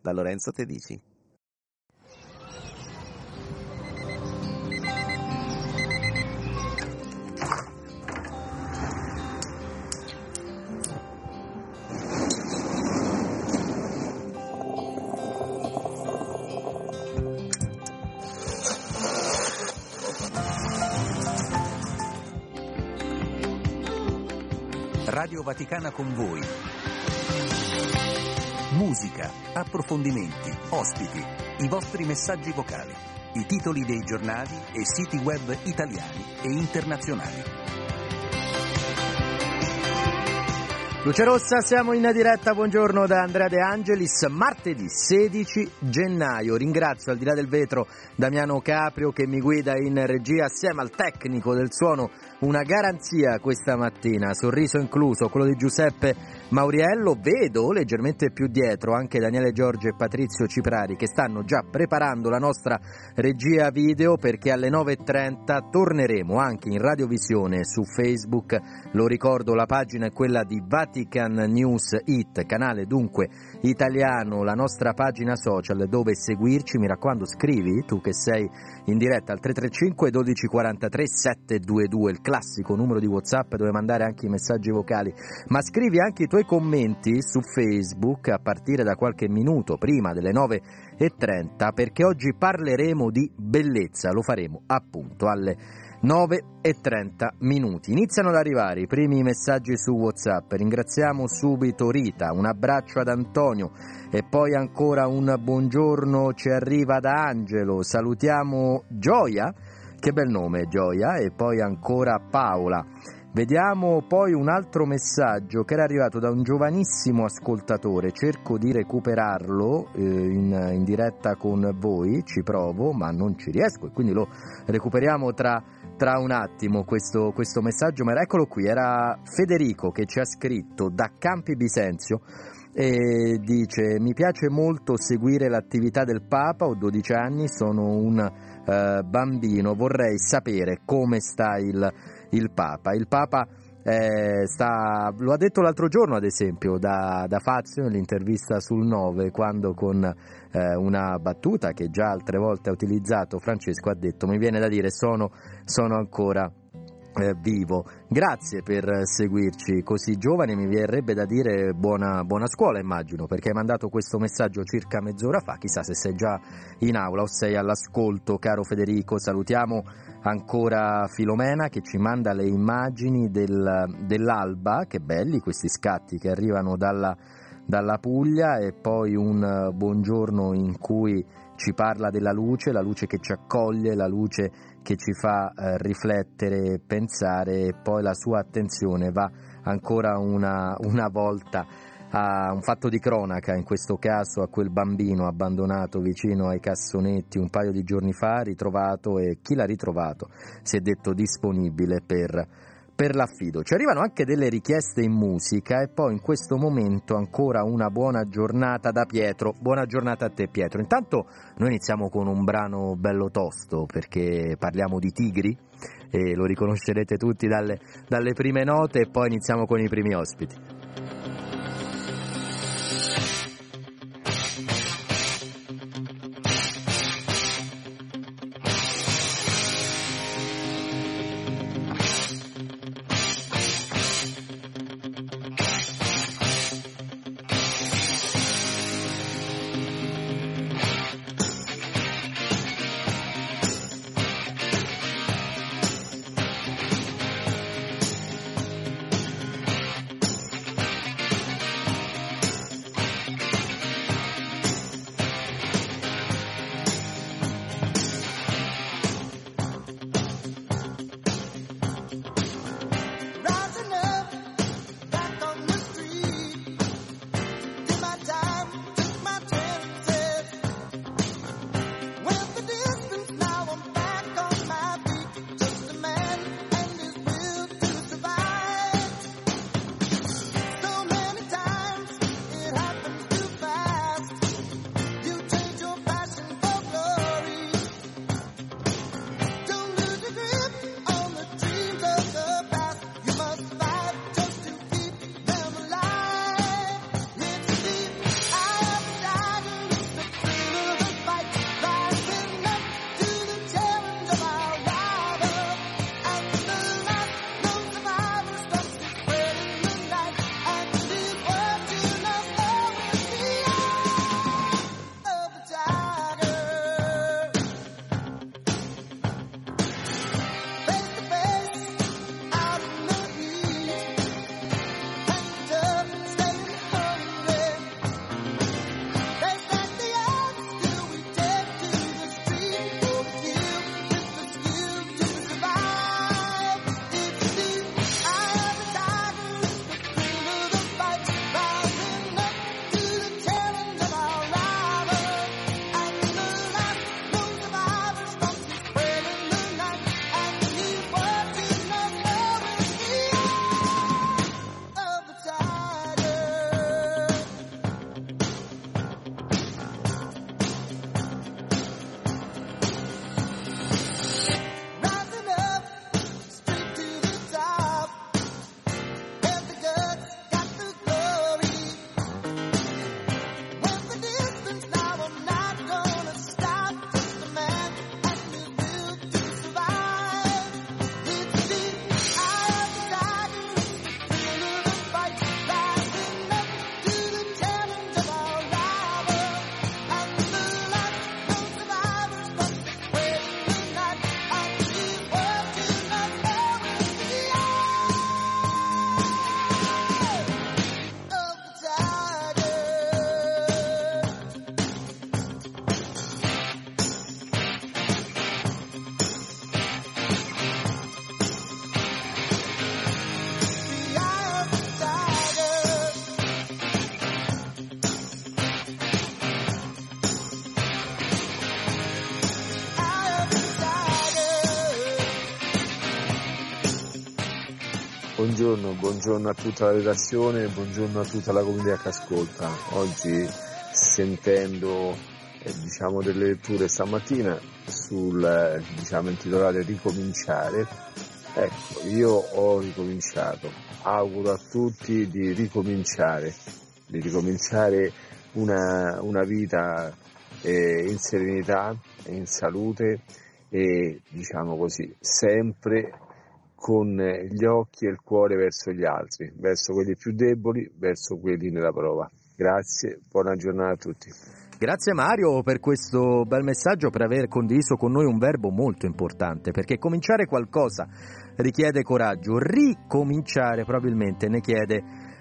da Lorenzo Tedici. Radio Vaticana con voi. Musica, approfondimenti, ospiti, i vostri messaggi vocali, i titoli dei giornali e siti web italiani e internazionali. Luce Rossa, siamo in diretta, buongiorno da Andrea De Angelis, martedì 16 gennaio. Ringrazio al di là del vetro Damiano Caprio che mi guida in regia assieme al tecnico del suono, una garanzia questa mattina, sorriso incluso, quello di Giuseppe Mauriello. Vedo leggermente più dietro anche Daniele Giorgio e Patrizio Ciprari che stanno già preparando la nostra regia video, perché alle 9.30 torneremo anche in radiovisione su Facebook. Lo ricordo, la pagina è quella di Vatican News It, canale dunque italiano, la nostra pagina social dove seguirci. Mi raccomando, scrivi, tu che sei in diretta, al 335 1243 722, il classico numero di WhatsApp dove mandare anche i messaggi vocali, ma scrivi anche i tuoi commenti su Facebook a partire da qualche minuto prima delle 9.30, perché oggi parleremo di bellezza, lo faremo appunto alle 9.30 minuti. Iniziano ad arrivare i primi messaggi su WhatsApp. Ringraziamo subito Rita, un abbraccio ad Antonio e poi ancora un buongiorno ci arriva da Angelo. Salutiamo Gioia, che bel nome Gioia, e poi ancora Paola. Vediamo poi un altro messaggio che era arrivato da un giovanissimo ascoltatore, cerco di recuperarlo in diretta con voi, ci provo ma non ci riesco e quindi lo recuperiamo tra un attimo questo messaggio, ma eccolo qui, era Federico che ci ha scritto da Campi Bisenzio e dice: mi piace molto seguire l'attività del Papa, ho 12 anni, sono un bambino, vorrei sapere come sta il Papa. Il Papa lo ha detto l'altro giorno ad esempio da Fazio nell'intervista sul 9, quando con una battuta che già altre volte ha utilizzato Francesco ha detto: mi viene da dire sono ancora vivo. Grazie per seguirci così giovane, mi verrebbe da dire buona scuola immagino, perché hai mandato questo messaggio circa mezz'ora fa, chissà se sei già in aula o sei all'ascolto, caro Federico. Salutiamo ancora Filomena che ci manda le immagini dell'alba, che belli questi scatti che arrivano dalla Puglia, e poi un buongiorno in cui ci parla della luce, la luce che ci accoglie, la luce che ci fa riflettere, pensare, e poi la sua attenzione va ancora una volta a un fatto di cronaca, in questo caso a quel bambino abbandonato vicino ai cassonetti un paio di giorni fa, ritrovato, e chi l'ha ritrovato si è detto disponibile per l'affido. Ci arrivano anche delle richieste in musica e poi in questo momento ancora una buona giornata da Pietro. Buona giornata a te Pietro. Intanto noi iniziamo con un brano bello tosto, perché parliamo di tigri e lo riconoscerete tutti dalle prime note, e poi iniziamo con i primi ospiti. Buongiorno a tutta la redazione, buongiorno a tutta la comunità che ascolta. Oggi, sentendo delle letture stamattina sul intitolate Ricominciare, ecco, io ho ricominciato. Auguro a tutti di ricominciare una vita in serenità, in salute e sempre con gli occhi e il cuore verso gli altri, verso quelli più deboli, verso quelli nella prova. Grazie, buona giornata a tutti. Grazie Mario per questo bel messaggio, per aver condiviso con noi un verbo molto importante, perché cominciare qualcosa richiede coraggio, ricominciare probabilmente ne chiede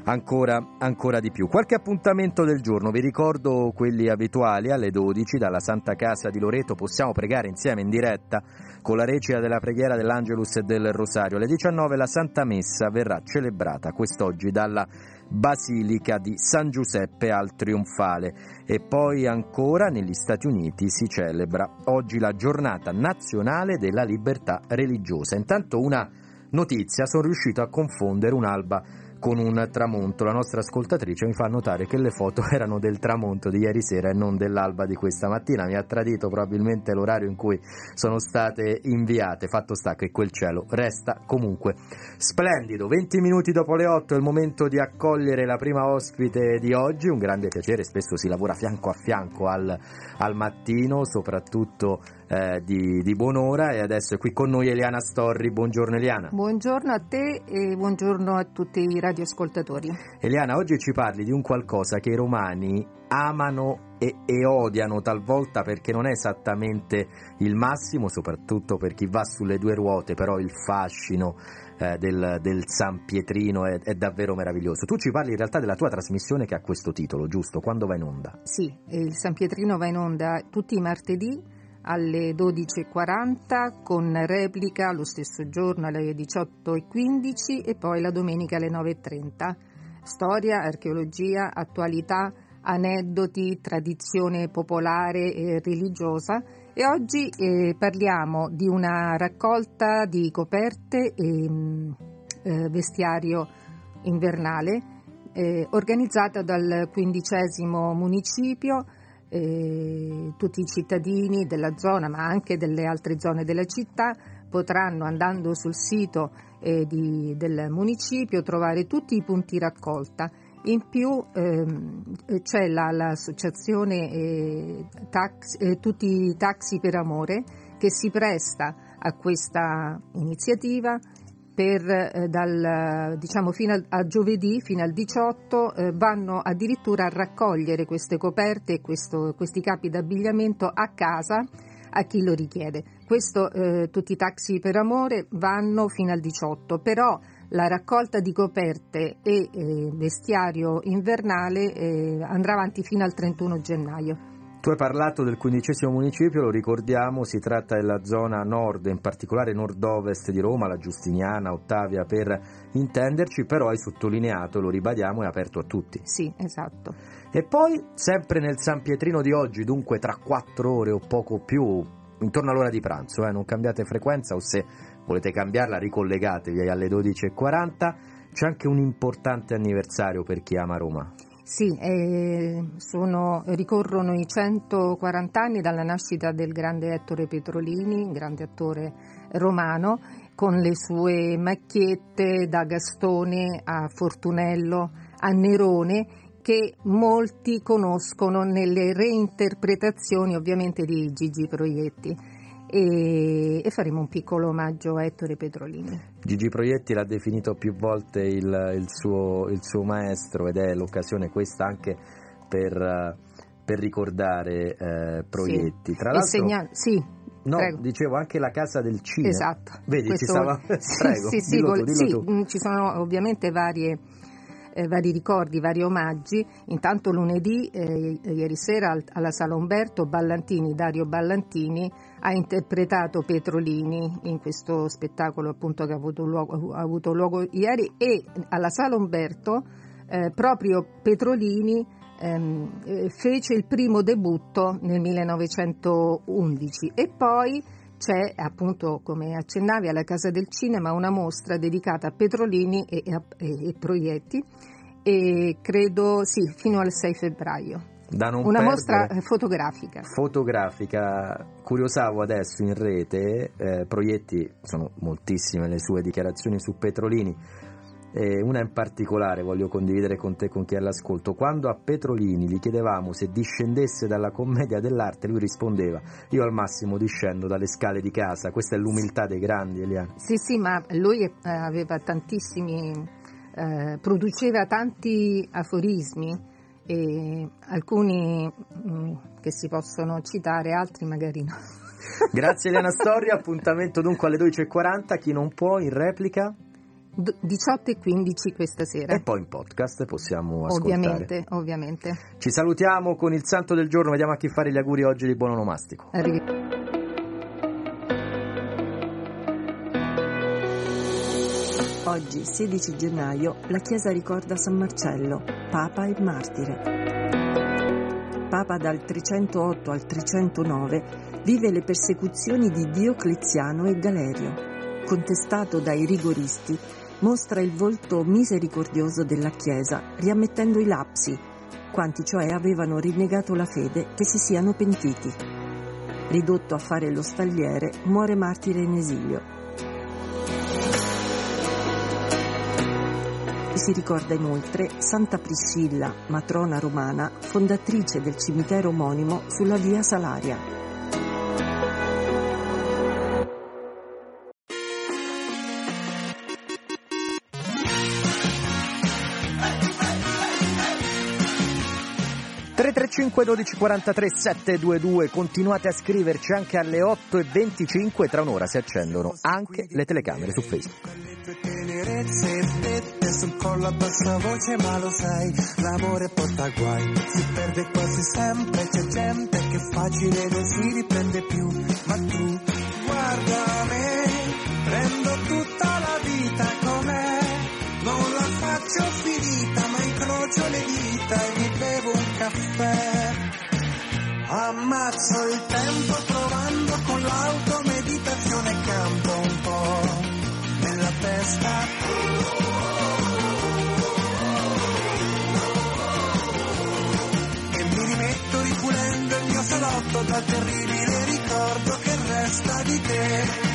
ancora di più. Qualche appuntamento del giorno, vi ricordo quelli abituali: alle 12 dalla Santa Casa di Loreto possiamo pregare insieme in diretta con la recita della preghiera dell'Angelus e del Rosario. Alle 19 la Santa Messa verrà celebrata quest'oggi dalla Basilica di San Giuseppe al Trionfale, e poi ancora negli Stati Uniti si celebra oggi la giornata nazionale della libertà religiosa. Intanto una notizia: sono riuscito a confondere un'alba con un tramonto. La nostra ascoltatrice mi fa notare che le foto erano del tramonto di ieri sera e non dell'alba di questa mattina. Mi ha tradito probabilmente l'orario in cui sono state inviate. Fatto sta che quel cielo resta comunque splendido. 20 minuti dopo le 8 è il momento di accogliere la prima ospite di oggi. Un grande piacere, spesso si lavora fianco a fianco al mattino, soprattutto di buon'ora, e adesso è qui con noi Eliana Storri. Buongiorno Eliana. Buongiorno a te e buongiorno a tutti i radioascoltatori. Eliana, oggi ci parli di un qualcosa che i romani amano e odiano talvolta, perché non è esattamente il massimo, soprattutto per chi va sulle due ruote, però il fascino del San Pietrino è davvero meraviglioso. Tu ci parli in realtà della tua trasmissione che ha questo titolo, giusto? Quando va in onda? Sì, il San Pietrino va in onda tutti i martedì alle 12.40 con replica lo stesso giorno alle 18.15 e poi la domenica alle 9.30. Storia, archeologia, attualità, aneddoti, tradizione popolare e religiosa. E oggi parliamo di una raccolta di coperte e vestiario invernale organizzata dal 15° municipio. Tutti i cittadini della zona, ma anche delle altre zone della città, potranno, andando sul sito del municipio, trovare tutti i punti raccolta. In più c'è l'associazione Tutti i Taxi per Amore, che si presta a questa iniziativa fino a giovedì, fino al 18, vanno addirittura a raccogliere queste coperte e questi capi d'abbigliamento a casa a chi lo richiede. Questo tutti i taxi per amore vanno fino al 18, però la raccolta di coperte e vestiario invernale andrà avanti fino al 31 gennaio. Tu hai parlato del 15° municipio, lo ricordiamo, si tratta della zona nord, in particolare nord-ovest di Roma, la Giustiniana, Ottavia per intenderci, però hai sottolineato, lo ribadiamo, è aperto a tutti. Sì, esatto. E poi, sempre nel San Pietrino di oggi, dunque tra 4 ore o poco più, intorno all'ora di pranzo, non cambiate frequenza, o se volete cambiarla ricollegatevi alle 12.40, c'è anche un importante anniversario per chi ama Roma. Sì, ricorrono i 140 anni dalla nascita del grande Ettore Petrolini, grande attore romano, con le sue macchiette da Gastone a Fortunello a Nerone, che molti conoscono nelle reinterpretazioni ovviamente di Gigi Proietti. E faremo un piccolo omaggio a Ettore Petrolini. Gigi Proietti l'ha definito più volte il suo maestro, ed è l'occasione questa anche per ricordare Proietti. Sì. Tra l'altro, no, prego. Dicevo anche la Casa del Cinema. Esatto. Vedi, ci stava. Prego, dillo tu. Ci sono ovviamente vari ricordi, vari omaggi. Intanto lunedì, ieri sera alla Sala Umberto, Dario Ballantini ha interpretato Petrolini in questo spettacolo appunto che ha avuto luogo ieri, e alla Sala Umberto proprio Petrolini fece il primo debutto nel 1911, e poi c'è appunto, come accennavi, alla Casa del Cinema una mostra dedicata a Petrolini e proietti, e credo fino al 6 febbraio. Una mostra fotografica. Curiosavo adesso in rete, Proietti, sono moltissime le sue dichiarazioni su Petrolini, una in particolare voglio condividere con te, con chi è all'ascolto. Quando a Petrolini gli chiedevamo se discendesse dalla commedia dell'arte, lui rispondeva: io al massimo discendo dalle scale di casa. Questa è l'umiltà dei grandi, Eliana. Sì, ma lui aveva produceva tanti aforismi, e alcuni che si possono citare, altri magari no. Grazie Eliana Storia, appuntamento dunque alle 12:40, chi non può in replica 18:15 questa sera, e poi in podcast possiamo ascoltare. Ovviamente. Ci salutiamo con il santo del giorno, vediamo a chi fare gli auguri oggi di buon onomastico. Oggi, 16 gennaio, la Chiesa ricorda San Marcello, Papa e martire. Papa dal 308 al 309, vive le persecuzioni di Diocleziano e Galerio. Contestato dai rigoristi, mostra il volto misericordioso della Chiesa, riammettendo i lapsi, quanti cioè avevano rinnegato la fede, che si siano pentiti. Ridotto a fare lo stalliere, muore martire in esilio. Si ricorda inoltre Santa Priscilla, matrona romana, fondatrice del cimitero omonimo sulla via Salaria. .335 1243 722, continuate a scriverci anche alle 8:25, tra un'ora si accendono anche le telecamere su Facebook. Sul collo a bassa voce, ma lo sai, l'amore porta guai, si perde quasi sempre, c'è gente che facile non si riprende più, ma tu guarda me, prendo tutta la vita com'è, non la faccio finita, ma incrocio le dita e mi bevo un caffè, ammazzo il tempo provando con l'auto, meditazione, campo un po' nella testa. Ripulendo il mio salotto dal terribile ricordo che resta di te.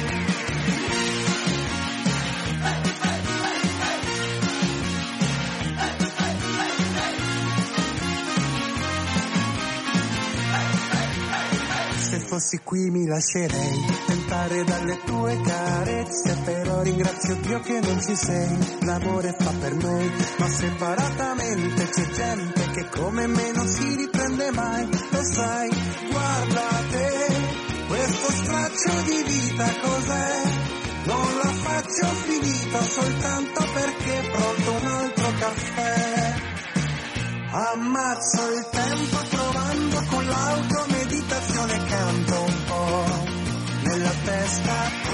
Se fossi qui mi lascerei tentare dalle tue carezze, però ringrazio Dio che non ci sei. L'amore fa per noi, ma separatamente c'è gente che come me non si riprende mai. Lo sai, guarda te, questo straccio di vita cos'è? Non la faccio finita soltanto perché è pronto un altro caffè. Ammazzo il tempo provando con l'auto, meditazione, canto un po' nella testa.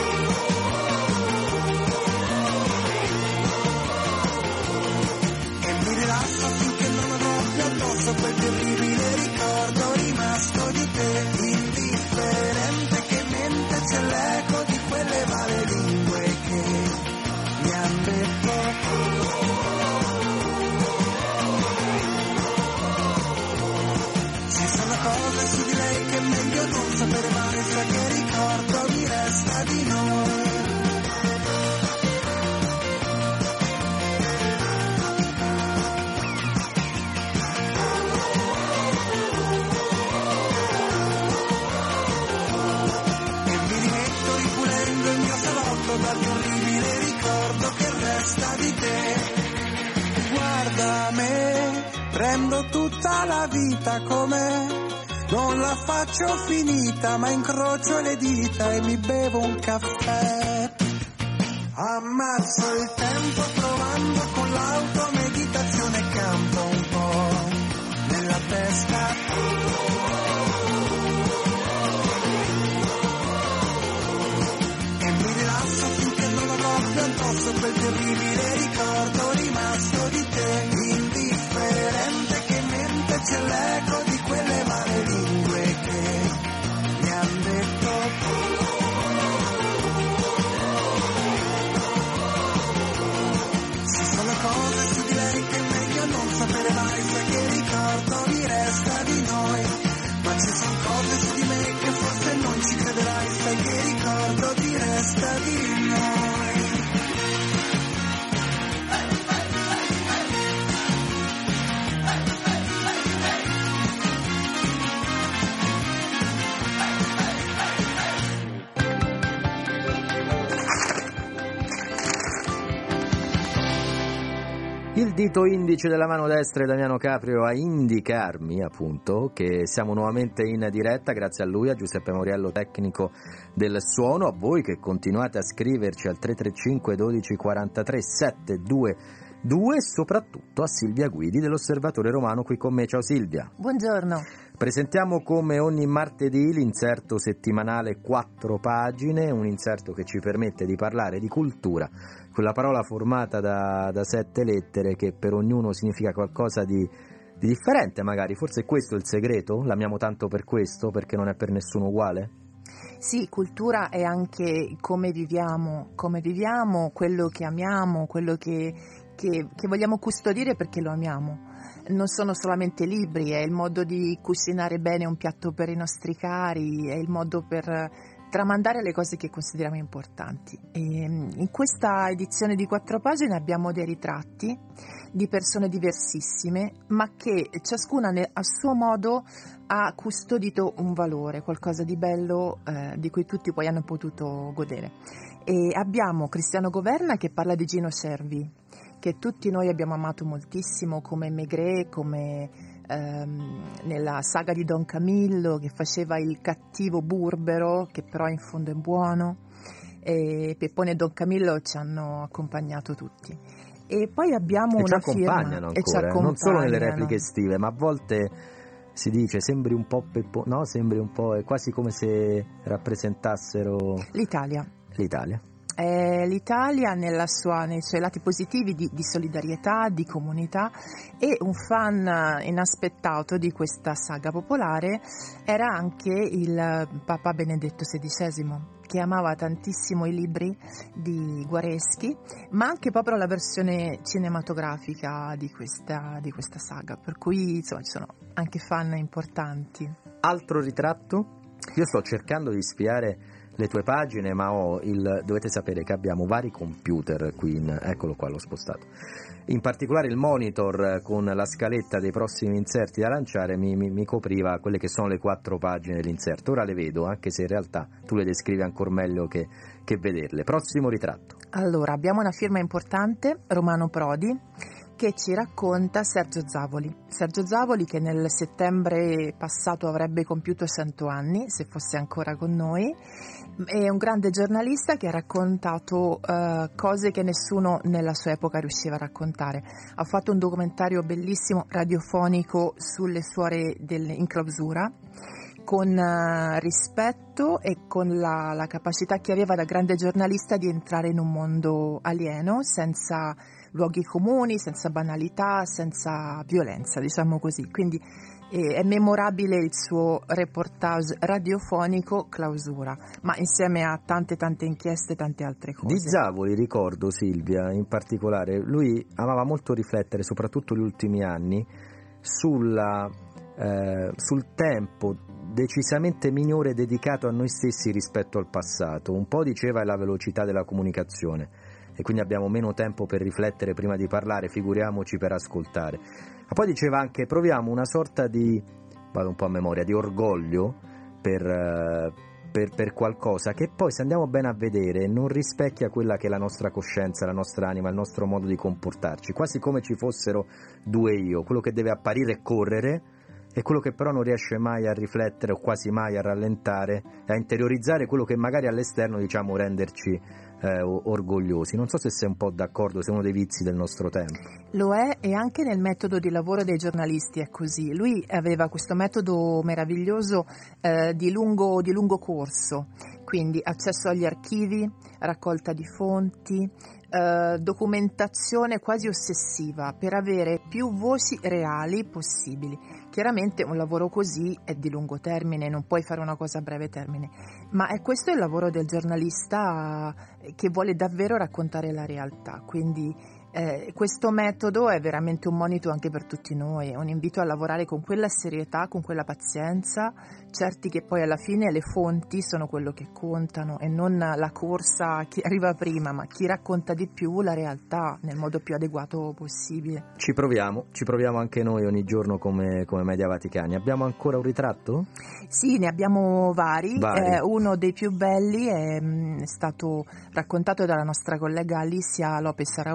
E mi rilasso finché non avrò più addosso quel terribile ricordo rimasto di te. Indifferente che mente c'è l'eco di quelle male lingue che mi han detto. Cose su di lei che è meglio non sapere, ma resta che ricordo mi resta di noi. E mi rimetto ripulendo il mio salotto dal terribile ricordo che resta di te. Guarda me, prendo tutta la vita com'è. Non la faccio finita, ma incrocio le dita e mi bevo un caffè. Ammazzo il tempo provando con l'auto, meditazione, campo un po' nella testa. E mi rilasso finché non avrò più addosso quel terribile ricordo rimasto di te. Indifferente che mente c'è l'eco di quelle male lingue che mi han detto. Il dito indice della mano destra di Damiano Caprio a indicarmi appunto che siamo nuovamente in diretta, grazie a lui, a Giuseppe Mauriello, tecnico del suono, a voi che continuate a scriverci al 335 12 43 722 e soprattutto a Silvia Guidi dell'Osservatore Romano qui con me. Ciao Silvia. Buongiorno. Presentiamo come ogni martedì l'inserto settimanale 4 pagine, un inserto che ci permette di parlare di cultura, quella parola formata da 7 lettere che per ognuno significa qualcosa di differente magari, forse questo è il segreto? L'amiamo tanto per questo, perché non è per nessuno uguale? Sì, cultura è anche come viviamo, quello che amiamo, quello che vogliamo custodire perché lo amiamo. Non sono solamente libri, è il modo di cucinare bene un piatto per i nostri cari, è il modo per tramandare le cose che consideriamo importanti. E in questa edizione di 4 pagine abbiamo dei ritratti di persone diversissime, ma che ciascuna a suo modo ha custodito un valore, qualcosa di bello di cui tutti poi hanno potuto godere. E abbiamo Cristiano Governa che parla di Gino Cervi, che tutti noi abbiamo amato moltissimo, come Maigret, come nella saga di Don Camillo, che faceva il cattivo burbero, che però in fondo è buono, e Peppone e Don Camillo ci hanno accompagnato tutti. E poi abbiamo una firma ancora, e ci accompagnano, non solo nelle repliche estive, ma a volte si dice sembri un po' Peppone, no? Sembri un po', è quasi come se rappresentassero l'Italia. L'Italia nei suoi lati positivi di solidarietà, di comunità, e un fan inaspettato di questa saga popolare era anche il Papa Benedetto XVI, che amava tantissimo i libri di Guareschi, ma anche proprio la versione cinematografica di questa saga, per cui insomma ci sono anche fan importanti. Altro ritratto? Io sto cercando di spiare le tue pagine, ma dovete sapere che abbiamo vari computer qui, eccolo qua, l'ho spostato. In particolare il monitor con la scaletta dei prossimi inserti da lanciare mi copriva quelle che sono le 4 pagine dell'inserto. Ora le vedo, anche se in realtà tu le descrivi ancora meglio che vederle. Prossimo ritratto. Allora, abbiamo una firma importante, Romano Prodi, che ci racconta Sergio Zavoli che nel settembre passato avrebbe compiuto 100 anni, se fosse ancora con noi. È un grande giornalista che ha raccontato cose che nessuno nella sua epoca riusciva a raccontare. Ha fatto un documentario bellissimo radiofonico sulle suore in clausura, con rispetto e con la capacità che aveva da grande giornalista di entrare in un mondo alieno, senza luoghi comuni, senza banalità, senza violenza, diciamo così. Quindi è memorabile il suo reportage radiofonico Clausura, ma insieme a tante inchieste e tante altre cose. Di Zavoli ricordo, Silvia, in particolare, lui amava molto riflettere, soprattutto negli ultimi anni, sul tempo decisamente minore dedicato a noi stessi rispetto al passato. Un po' diceva è la velocità della comunicazione, e quindi abbiamo meno tempo per riflettere prima di parlare, figuriamoci per ascoltare. Ma poi diceva anche proviamo una sorta di, vado un po' a memoria, di orgoglio per qualcosa che poi, se andiamo bene a vedere, non rispecchia quella che è la nostra coscienza, la nostra anima, il nostro modo di comportarci, quasi come ci fossero 2 io, quello che deve apparire e correre e quello che però non riesce mai a riflettere o quasi mai a rallentare e a interiorizzare quello che magari all'esterno diciamo renderci orgogliosi. Non so se sei un po' d'accordo, se è uno dei vizi del nostro tempo. Lo è, e anche nel metodo di lavoro dei giornalisti è così. Lui aveva questo metodo meraviglioso di lungo corso, quindi accesso agli archivi, raccolta di fonti, documentazione quasi ossessiva per avere più voci reali possibili. Chiaramente un lavoro così è di lungo termine, non puoi fare una cosa a breve termine, ma è questo il lavoro del giornalista che vuole davvero raccontare la realtà. Quindi questo metodo è veramente un monito anche per tutti noi, è un invito a lavorare con quella serietà, con quella pazienza, certi che poi alla fine le fonti sono quello che contano e non la corsa a chi arriva prima, ma chi racconta di più la realtà nel modo più adeguato possibile. Ci proviamo anche noi ogni giorno come Media Vaticani. Abbiamo ancora un ritratto? Sì, ne abbiamo vari. Uno dei più belli è stato raccontato dalla nostra collega Alicia Lopez Araujo,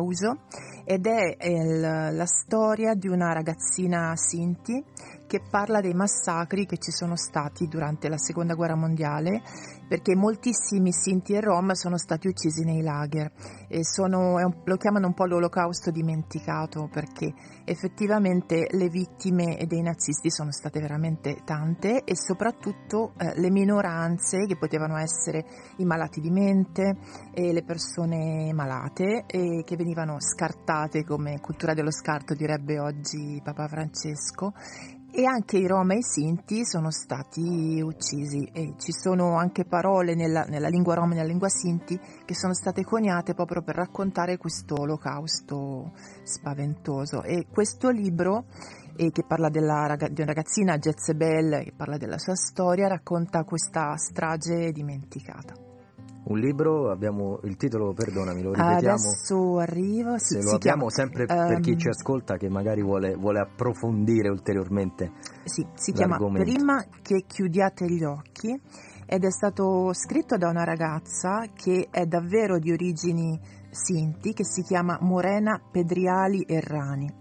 ed è la storia di una ragazzina Sinti che parla dei massacri che ci sono stati durante la Seconda Guerra Mondiale, perché moltissimi Sinti e Rom sono stati uccisi nei lager e lo chiamano un po' l'olocausto dimenticato, perché effettivamente le vittime dei nazisti sono state veramente tante, e soprattutto le minoranze, che potevano essere i malati di mente e le persone malate, che venivano scartate come cultura dello scarto, direbbe oggi Papa Francesco. E anche i Rom e i Sinti sono stati uccisi, e ci sono anche parole nella lingua Rom e nella lingua Sinti che sono state coniate proprio per raccontare questo olocausto spaventoso. E questo libro, che parla di una ragazzina, Jezebel, che parla della sua storia, racconta questa strage dimenticata. Un libro, abbiamo il titolo, perdonami, lo ripetiamo. Adesso arrivo. Se lo abbiamo sempre per chi ci ascolta che magari vuole approfondire ulteriormente. Sì, si chiama Prima che chiudiate gli occhi, ed è stato scritto da una ragazza che è davvero di origini Sinti, che si chiama Morena Pedriali Errani.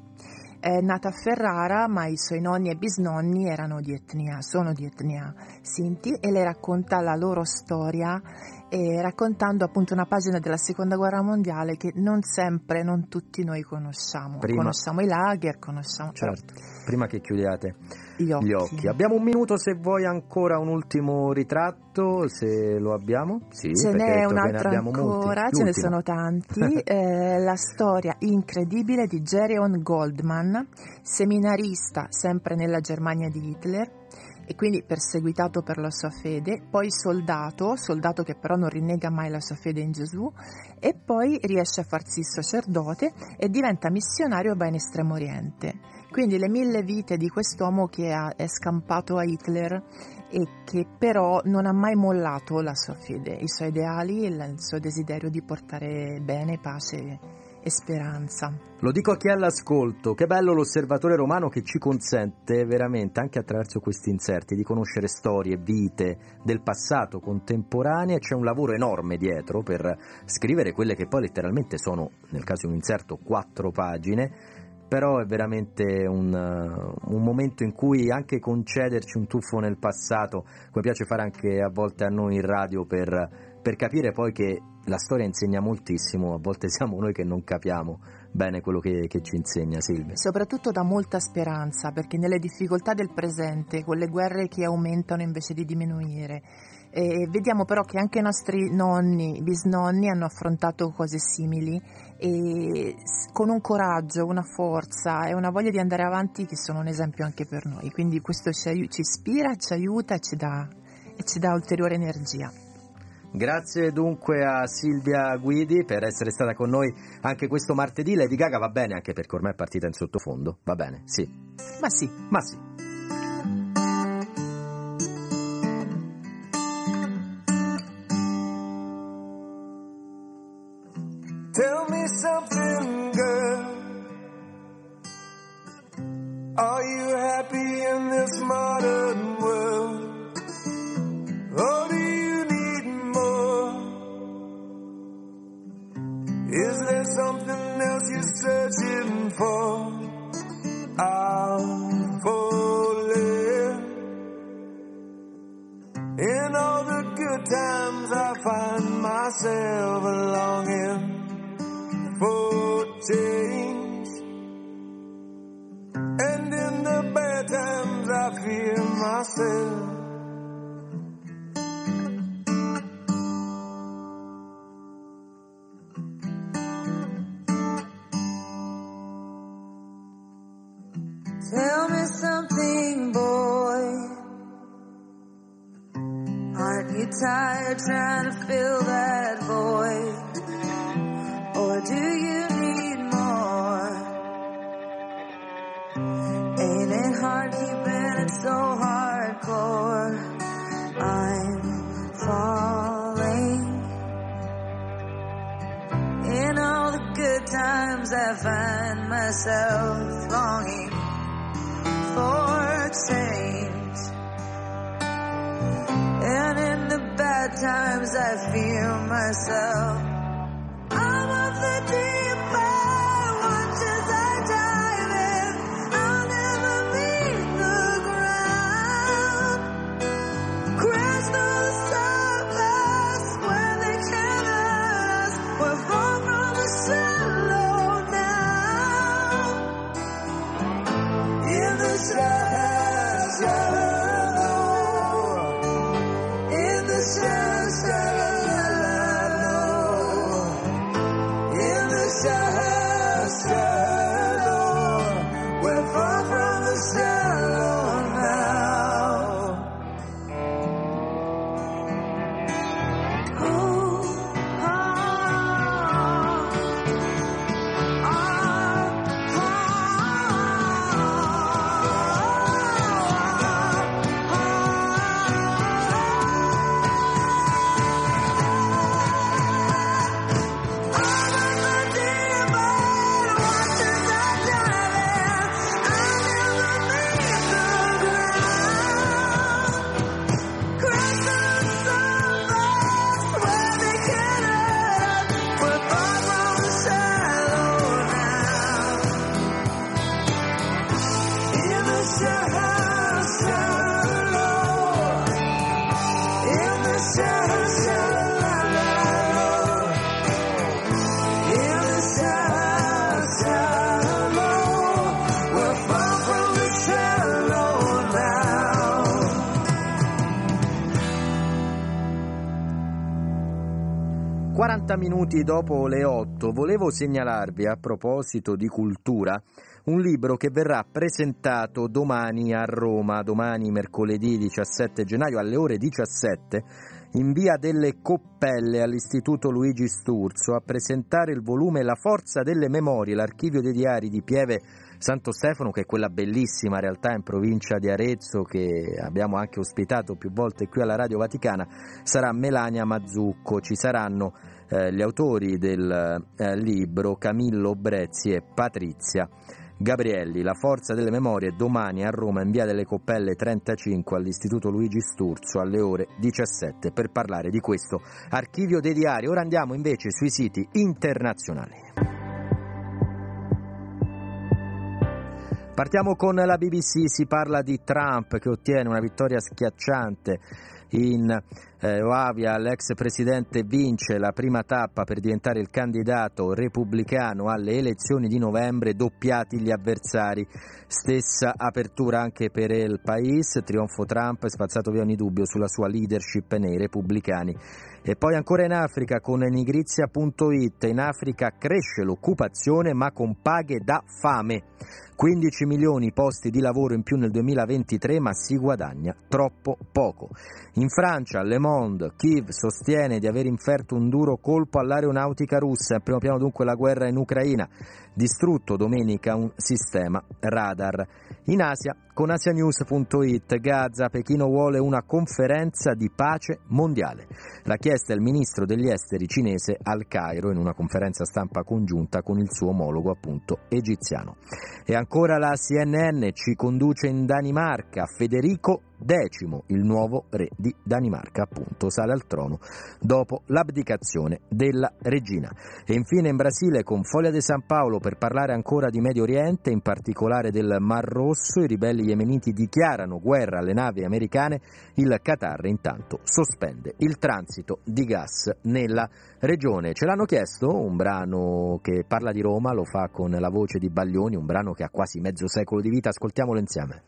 È nata a Ferrara, ma i suoi nonni e bisnonni sono di etnia Sinti, e le racconta la loro storia, raccontando appunto una pagina della Seconda Guerra Mondiale che non tutti noi conosciamo. Conosciamo i lager, conosciamo... Certo, prima che chiudiate gli occhi. Abbiamo un minuto, se vuoi ancora un ultimo ritratto, se lo abbiamo. Sì, ce n'è un altro ancora, ce ne sono tanti. La storia incredibile di Gereon Goldman, seminarista sempre nella Germania di Hitler, e quindi perseguitato per la sua fede, poi soldato che però non rinnega mai la sua fede in Gesù, e poi riesce a farsi sacerdote e diventa missionario in Estremo Oriente. Quindi le 1000 vite di quest'uomo che è scampato a Hitler e che però non ha mai mollato la sua fede, i suoi ideali e il suo desiderio di portare bene, pace e speranza. Lo dico a chi è all'ascolto, che bello l'Osservatore Romano, che ci consente veramente, anche attraverso questi inserti, di conoscere storie, vite del passato contemporanee. C'è un lavoro enorme dietro per scrivere quelle che poi letteralmente sono, nel caso di un inserto, 4 pagine, però è veramente un momento in cui anche concederci un tuffo nel passato, come piace fare anche a volte a noi in radio, per capire poi che la storia insegna moltissimo. A volte siamo noi che non capiamo bene quello che ci insegna, Silvia. Soprattutto dà molta speranza, perché nelle difficoltà del presente, con le guerre che aumentano invece di diminuire, vediamo però che anche i nostri nonni, bisnonni hanno affrontato cose simili, e con un coraggio, una forza e una voglia di andare avanti che sono un esempio anche per noi. Quindi questo ci ispira, ci aiuta e ci dà ulteriore energia. Grazie dunque a Silvia Guidi per essere stata con noi anche questo martedì. Lady Gaga va bene, anche perché ormai è partita in sottofondo, va bene? Sì. Ma sì. Tell me something, girl. Are you happy in this modern world? Or do you need more? Is there something else you're searching for? I'm falling. In all the good times I find myself longing for change, and in the bad times I fear myself. Tell me something, boy. Aren't you tired trying to fill that void? Or do you need more? Ain't it hard keeping it so hardcore? I'm falling. In all the good times I find myself longing for change, and in the bad times I fear myself. I'm of the deep end. 40 minuti dopo le 8 volevo segnalarvi, a proposito di cultura, un libro che verrà presentato domani a Roma, domani mercoledì 17 gennaio alle ore 17, in via delle Coppelle all'Istituto Luigi Sturzo, a presentare il volume La forza delle memorie, l'archivio dei diari di Pieve Santo Stefano, che è quella bellissima realtà in provincia di Arezzo che abbiamo anche ospitato più volte qui alla Radio Vaticana. Sarà Melania Mazzucco, ci saranno gli autori del libro Camillo Brezzi e Patrizia Gabrielli. La forza delle memorie, domani a Roma in via delle Coppelle 35 all'Istituto Luigi Sturzo alle ore 17, per parlare di questo archivio dei diari. Ora andiamo invece sui siti internazionali. Partiamo con la BBC, si parla di Trump che ottiene una vittoria schiacciante in Oavia. L'ex presidente vince la prima tappa per diventare il candidato repubblicano alle elezioni di novembre, doppiati gli avversari. Stessa apertura anche per El País, trionfo Trump, spazzato via ogni dubbio sulla sua leadership nei repubblicani. E poi ancora in Africa con Nigrizia.it, in Africa cresce l'occupazione ma con paghe da fame. 15 milioni posti di lavoro in più nel 2023, ma si guadagna troppo poco. In Francia, Le Monde, Kiev sostiene di aver inferto un duro colpo all'aeronautica russa. In primo piano dunque la guerra in Ucraina. Distrutto domenica un sistema radar. In Asia, con asianews.it, Gaza, Pechino vuole una conferenza di pace mondiale. L'ha chiesta il ministro degli esteri cinese al Cairo in una conferenza stampa congiunta con il suo omologo appunto egiziano. E ancora la CNN ci conduce in Danimarca. Federico X, il nuovo re di Danimarca, appunto, sale al trono dopo l'abdicazione della regina. E infine in Brasile con Folha de San Paolo, per parlare ancora di Medio Oriente, in particolare del Mar Rosso, i ribelli yemeniti dichiarano guerra alle navi americane, il Qatar intanto sospende il transito di gas nella regione. Ce l'hanno chiesto, un brano che parla di Roma, lo fa con la voce di Baglioni, un brano che ha quasi mezzo secolo di vita, ascoltiamolo insieme.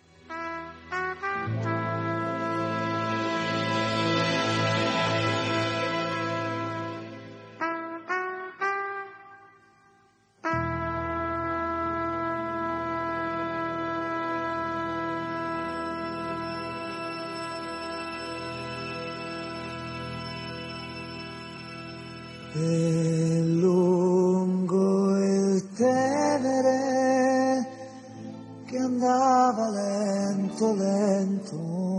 E lungo il Tevere che andava lento lento,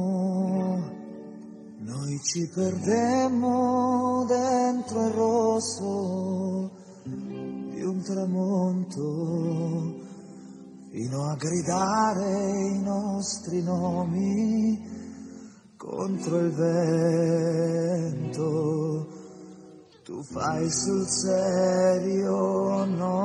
noi ci perdemmo dentro il rosso di un tramonto, fino a gridare i nostri nomi contro il vento. Tu fai sul serio,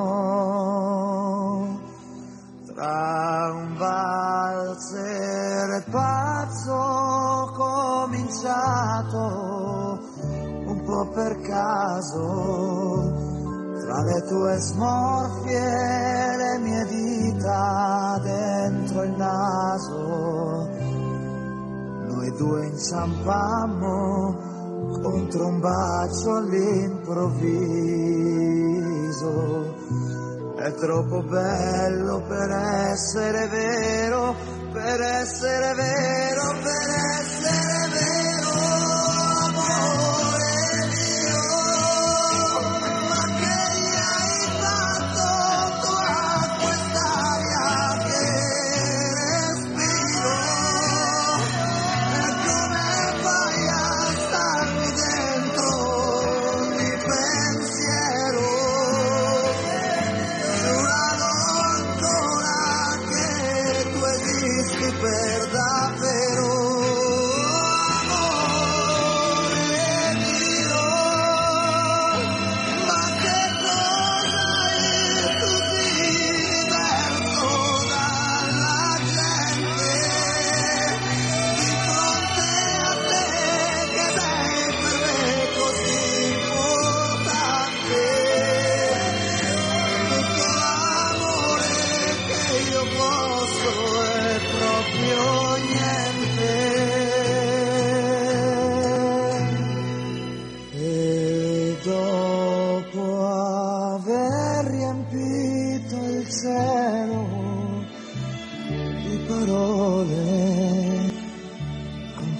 no? Tra un valzer pazzo cominciato un po' per caso, tra le tue smorfie e le mie dita dentro il naso, noi due inciampammo contro un bacio all'improvviso. È troppo bello per essere vero, per essere vero, per essere vero, amore mio. Ma che gli hai fatto tu a quest'aria che respiro? E come fai a starmi dentro di pensiero? Giuralo ancora che tu esisti per davvero.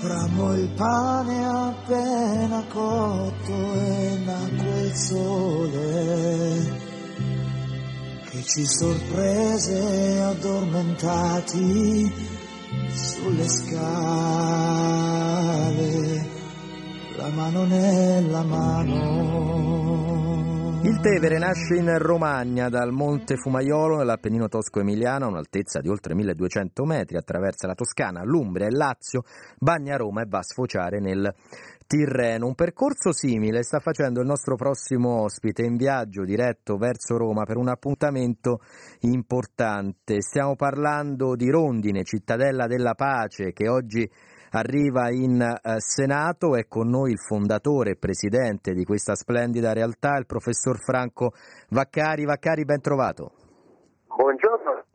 Comprammo il pane appena cotto e nacque il sole che ci sorprese addormentati sulle scale, la mano nella mano. Il Tevere nasce in Romagna dal Monte Fumaiolo nell'Appennino tosco-emiliano a un'altezza di oltre 1200 metri, attraversa la Toscana, l'Umbria, il Lazio, bagna Roma e va a sfociare nel Tirreno. Un percorso simile sta facendo il nostro prossimo ospite in viaggio diretto verso Roma per un appuntamento importante. Stiamo parlando di Rondine, cittadella della pace, che oggi arriva in Senato. È con noi il fondatore e presidente di questa splendida realtà, il professor Franco Vaccari. Vaccari, ben trovato. Buongiorno.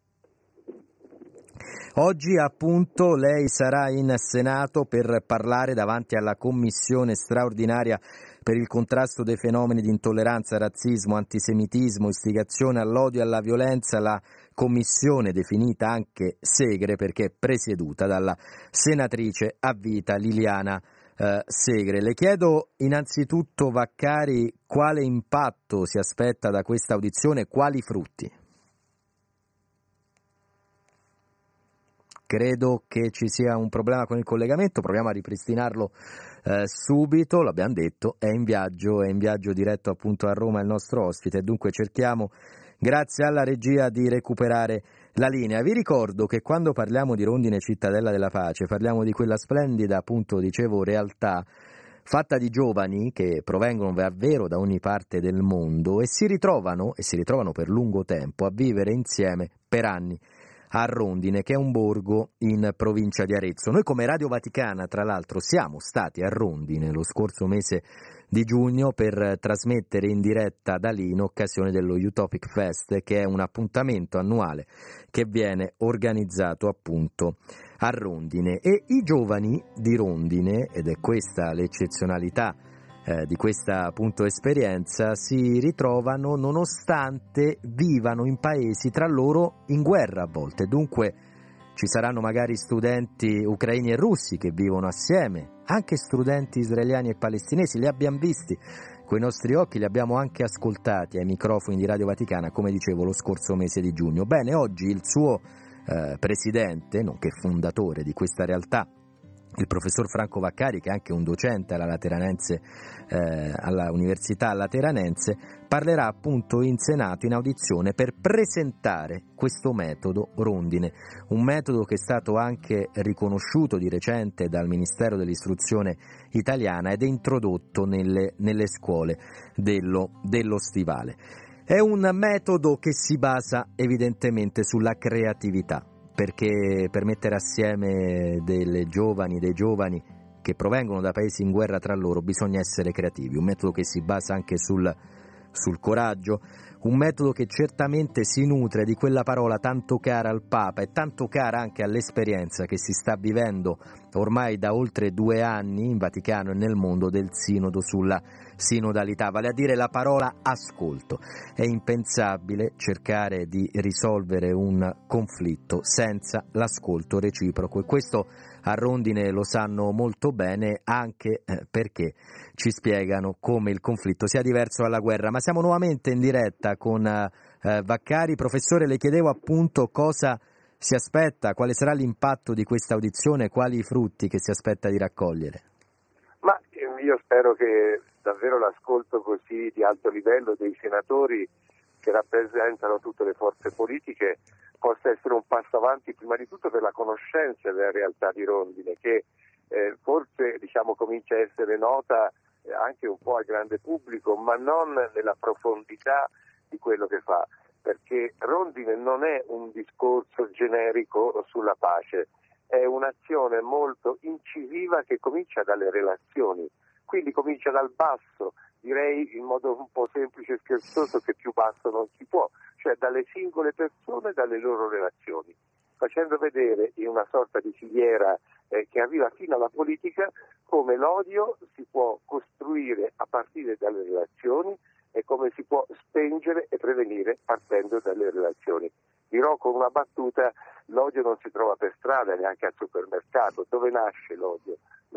Oggi appunto lei sarà in Senato per parlare davanti alla commissione straordinaria per il contrasto dei fenomeni di intolleranza, razzismo, antisemitismo, istigazione all'odio e alla violenza, la commissione definita anche Segre perché è presieduta dalla senatrice a vita Liliana Segre. Le chiedo innanzitutto, Vaccari, quale impatto si aspetta da questa audizione, quali frutti? Credo che ci sia un problema con il collegamento, proviamo a ripristinarlo subito. L'abbiamo detto, è in viaggio diretto appunto a Roma il nostro ospite, dunque cerchiamo, grazie alla regia, di recuperare la linea. Vi ricordo che quando parliamo di Rondine cittadella della pace parliamo di quella splendida, appunto dicevo, realtà fatta di giovani che provengono davvero da ogni parte del mondo e si ritrovano per lungo tempo a vivere insieme per anni a Rondine, che è un borgo in provincia di Arezzo. Noi come Radio Vaticana, tra l'altro, siamo stati a Rondine lo scorso mese di giugno per trasmettere in diretta da lì in occasione dello Utopic Fest, che è un appuntamento annuale che viene organizzato appunto a Rondine. E i giovani di Rondine, ed è questa l'eccezionalità di questa appunto esperienza, si ritrovano nonostante vivano in paesi tra loro in guerra a volte. Dunque ci saranno magari studenti ucraini e russi che vivono assieme, anche studenti israeliani e palestinesi, li abbiamo visti coi nostri occhi, li abbiamo anche ascoltati ai microfoni di Radio Vaticana, come dicevo, lo scorso mese di giugno. Bene, oggi il suo presidente, nonché fondatore di questa realtà, il professor Franco Vaccari, che è anche un docente alla Lateranense, alla Università Lateranense, parlerà appunto in Senato in audizione per presentare questo metodo Rondine, un metodo che è stato anche riconosciuto di recente dal Ministero dell'Istruzione italiana ed è introdotto nelle scuole dello Stivale. È un metodo che si basa evidentemente sulla creatività, perché per mettere assieme dei giovani che provengono da paesi in guerra tra loro bisogna essere creativi, un metodo che si basa anche sul coraggio, un metodo che certamente si nutre di quella parola tanto cara al Papa e tanto cara anche all'esperienza che si sta vivendo ormai da oltre 2 anni in Vaticano e nel mondo del sinodo sulla sinodalità, vale a dire la parola ascolto. È impensabile cercare di risolvere un conflitto senza l'ascolto reciproco e questo a Rondine lo sanno molto bene, anche perché ci spiegano come il conflitto sia diverso dalla guerra. Ma siamo nuovamente in diretta con Vaccari. Professore, le chiedevo appunto cosa si aspetta, quale sarà l'impatto di questa audizione, quali i frutti che si aspetta di raccogliere. Ma io spero che davvero l'ascolto così di alto livello dei senatori che rappresentano tutte le forze politiche possa essere un passo avanti prima di tutto per la conoscenza della realtà di Rondine, che forse comincia a essere nota anche un po' al grande pubblico, ma non nella profondità di quello che fa, perché Rondine non è un discorso generico sulla pace, è un'azione molto incisiva che comincia dalle relazioni, quindi comincia dal basso, direi in modo un po' semplice e scherzoso che più basso non si può, cioè dalle singole persone e dalle loro relazioni, facendo vedere in una sorta di filiera che arriva fino alla politica come l'odio si può costruire a partire dalle relazioni e come si può spengere e prevenire partendo dalle relazioni. Dirò con una battuta, l'odio non si trova per strada, neanche al supermercato. Dove nasce l'odio?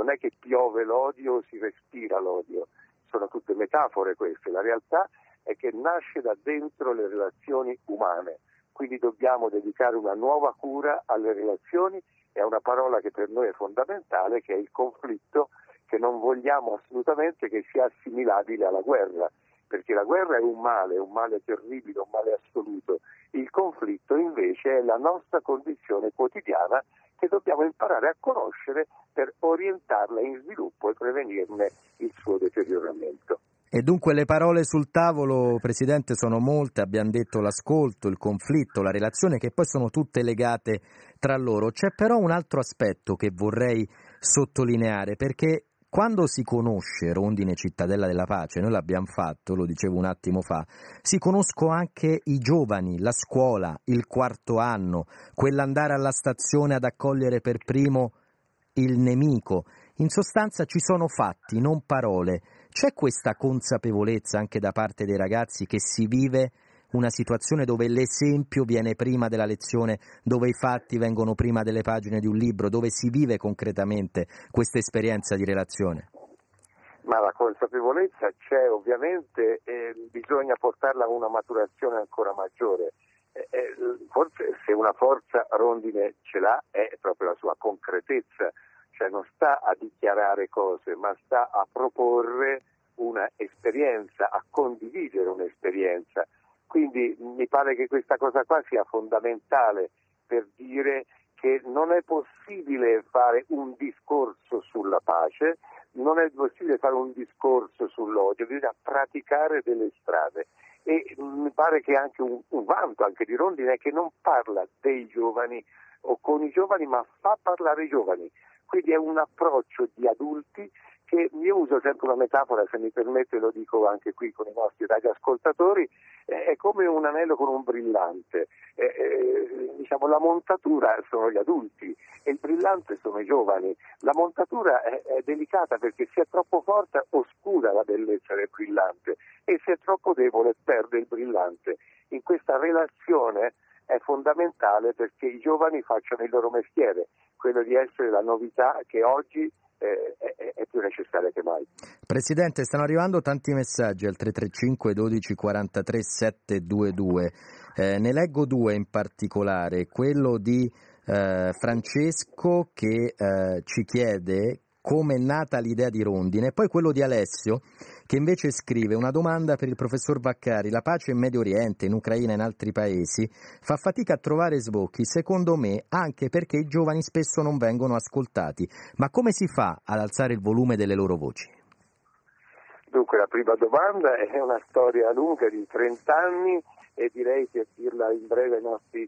non è che piove l'odio o si respira l'odio, sono tutte metafore queste, la realtà è che nasce da dentro le relazioni umane, quindi dobbiamo dedicare una nuova cura alle relazioni e a una parola che per noi è fondamentale, che è il conflitto, che non vogliamo assolutamente che sia assimilabile alla guerra, perché la guerra è un male terribile, un male assoluto. Il conflitto invece è la nostra condizione quotidiana che dobbiamo imparare a conoscere per orientarla in sviluppo e prevenirne il suo deterioramento. E dunque le parole sul tavolo, Presidente, sono molte, abbiamo detto l'ascolto, il conflitto, la relazione, che poi sono tutte legate tra loro. C'è però un altro aspetto che vorrei sottolineare, perché quando si conosce Rondine Cittadella della Pace, noi l'abbiamo fatto, lo dicevo un attimo fa, si conoscono anche i giovani, la scuola, il quarto anno, quell'andare alla stazione ad accogliere per primo il nemico. In sostanza ci sono fatti, non parole. C'è questa consapevolezza anche da parte dei ragazzi che si vive una situazione dove l'esempio viene prima della lezione, dove i fatti vengono prima delle pagine di un libro, dove si vive concretamente questa esperienza di relazione? Ma la consapevolezza c'è ovviamente e bisogna portarla a una maturazione ancora maggiore. Forse se una forza Rondine ce l'ha è proprio la sua concretezza, cioè non sta a dichiarare cose ma sta a proporre una esperienza, a condividere un'esperienza. Quindi mi pare che questa cosa qua sia fondamentale per dire che non è possibile fare un discorso sulla pace, non è possibile fare un discorso sull'odio, bisogna praticare delle strade. E mi pare che anche un vanto anche di Rondine è che non parla dei giovani o con i giovani, ma fa parlare i giovani. Quindi è un approccio di adulti che io uso sempre una metafora, se mi permette lo dico anche qui con i nostri radioascoltatori, è come un anello con un brillante. Diciamo la montatura sono gli adulti e il brillante sono i giovani. La montatura è delicata perché se è troppo forte oscura la bellezza del brillante e se è troppo debole perde il brillante. In questa relazione è fondamentale perché i giovani facciano il loro mestiere, quello di essere la novità che oggi è più necessaria che mai. Presidente, stanno arrivando tanti messaggi al 335 12 43 722. Ne leggo due in particolare, quello di Francesco che ci chiede come è nata l'idea di Rondine, e poi quello di Alessio che invece scrive una domanda per il professor Vaccari: la pace in Medio Oriente, in Ucraina e in altri paesi fa fatica a trovare sbocchi, secondo me anche perché i giovani spesso non vengono ascoltati, ma come si fa ad alzare il volume delle loro voci? Dunque la prima domanda è una storia lunga di 30 anni e direi che dirla in breve ai nostri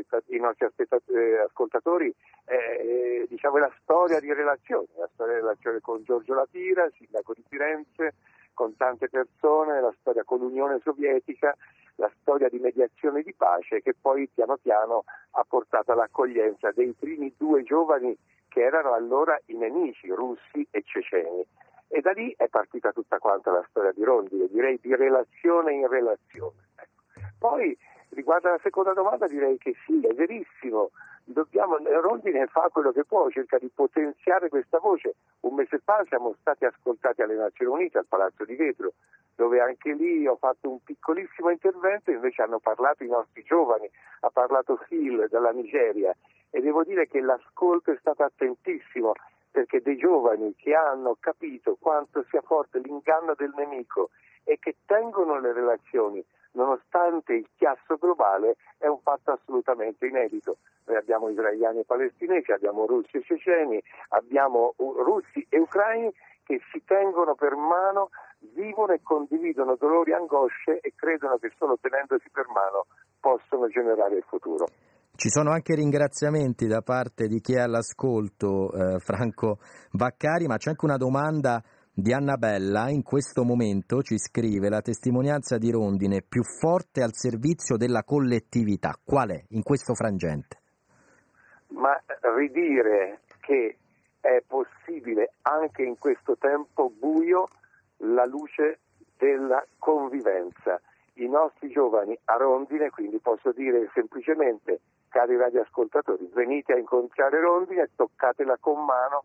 ascoltatori diciamo è la storia di relazione con Giorgio La Pira, sindaco di Firenze, con tante persone, la storia con l'Unione Sovietica, la storia di mediazione di pace che poi piano piano ha portato all'accoglienza dei primi due giovani che erano allora i nemici, russi e ceceni. E da lì è partita tutta quanta la storia di Rondine, direi di relazione in relazione. Poi riguardo alla seconda domanda direi che sì, è verissimo, Rondine fa quello che può, cerca di potenziare questa voce. Un mese fa siamo stati ascoltati alle Nazioni Unite al Palazzo di Vetro, dove anche lì ho fatto un piccolissimo intervento, invece hanno parlato i nostri giovani, ha parlato Phil dalla Nigeria e devo dire che l'ascolto è stato attentissimo, perché dei giovani che hanno capito quanto sia forte l'inganno del nemico e che tengono le relazioni nonostante il chiasso globale è un fatto assolutamente inedito. Noi abbiamo israeliani e palestinesi, abbiamo russi e ceceni, abbiamo russi e ucraini che si tengono per mano, vivono e condividono dolori e angosce e credono che solo tenendosi per mano possono generare il futuro. Ci sono anche ringraziamenti da parte di chi è all'ascolto, Franco Vaccari, ma c'è anche una domanda di Annabella. In questo momento ci scrive: la testimonianza di Rondine più forte al servizio della collettività, qual è in questo frangente? Ma ridire che è possibile anche in questo tempo buio la luce della convivenza. I nostri giovani a Rondine, quindi posso dire semplicemente, cari radioascoltatori, venite a incontrare Rondine, toccatela con mano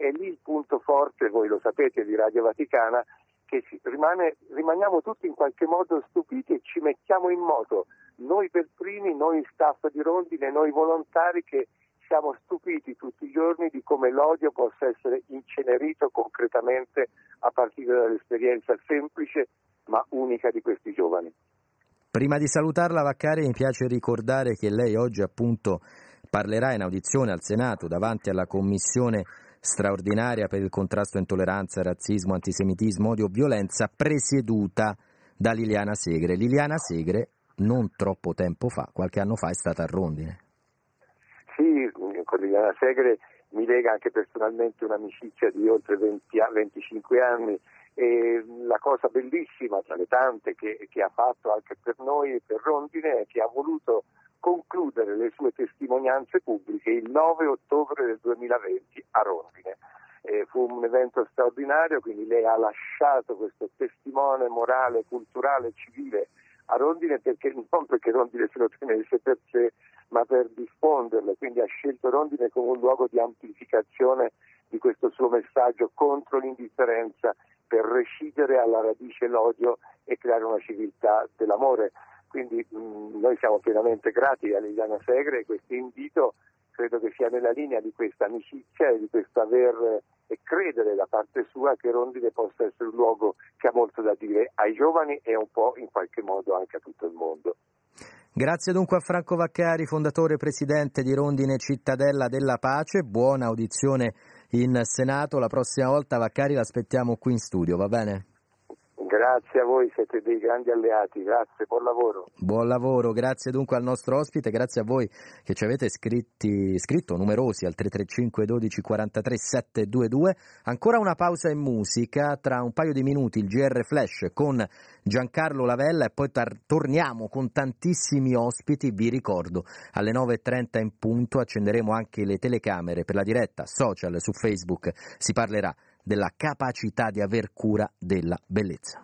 è lì il punto forte, voi lo sapete, di Radio Vaticana, che rimaniamo tutti in qualche modo stupiti e ci mettiamo in moto, noi per primi, noi staff di Rondine, noi volontari, che siamo stupiti tutti i giorni di come l'odio possa essere incenerito concretamente a partire dall'esperienza semplice ma unica di questi giovani. Prima di salutarla, Vaccari, mi piace ricordare che lei oggi appunto parlerà in audizione al Senato davanti alla Commissione straordinaria per il contrasto a intolleranza, razzismo, antisemitismo, odio, violenza, presieduta da Liliana Segre. Liliana Segre non troppo tempo fa, qualche anno fa, è stata a Rondine. Sì, con Liliana Segre mi lega anche personalmente un'amicizia di oltre 25 anni. E la cosa bellissima tra le tante che ha fatto anche per noi e per Rondine è che ha voluto concludere le sue testimonianze pubbliche il 9 ottobre del 2020 a Rondine. Fu un evento straordinario, quindi lei ha lasciato questo testimone morale, culturale, civile a Rondine, non perché Rondine se lo tenesse per sé, ma per diffonderlo, quindi ha scelto Rondine come un luogo di amplificazione di questo suo messaggio contro l'indifferenza, per recidere alla radice l'odio e creare una civiltà dell'amore. Quindi noi siamo pienamente grati a Liliana Segre e questo invito credo che sia nella linea di questa amicizia e di questo aver e credere da parte sua che Rondine possa essere un luogo che ha molto da dire ai giovani e un po' in qualche modo anche a tutto il mondo. Grazie dunque a Franco Vaccari, fondatore e presidente di Rondine Cittadella della Pace. Buona audizione in Senato. La prossima volta, Vaccari, l'aspettiamo qui in studio, va bene? Grazie a voi, siete dei grandi alleati, grazie, buon lavoro. Buon lavoro, grazie dunque al nostro ospite, grazie a voi che ci avete scritto numerosi al 335 12 43 722. Ancora una pausa in musica, tra un paio di minuti il GR Flash con Giancarlo Lavella e poi torniamo con tantissimi ospiti. Vi ricordo, alle 9.30 in punto accenderemo anche le telecamere per la diretta social su Facebook. Si parlerà della capacità di aver cura della bellezza.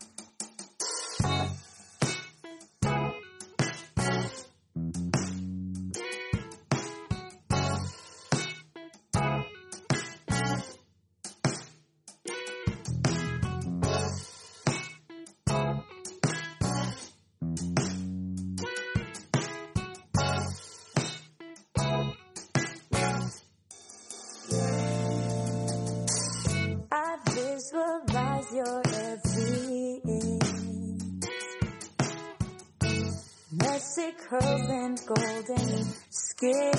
Your every inch, messy curls and golden skin,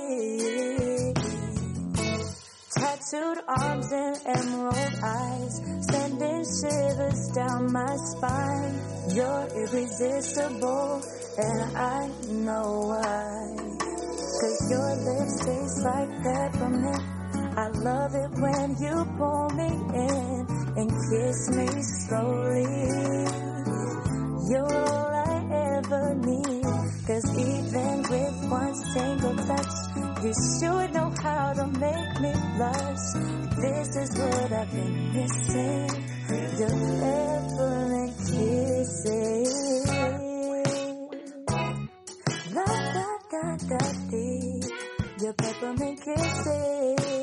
tattooed arms and emerald eyes, sending shivers down my spine. You're irresistible, and I know why. 'Cause your lips taste like peppermint. I love it when you pull me in and kiss me slowly. You're all I ever need, 'cause even with one single touch, you sure know how to make me blush. This is what I've been missing, your peppermint kisses. La da da da dee, your peppermint kisses.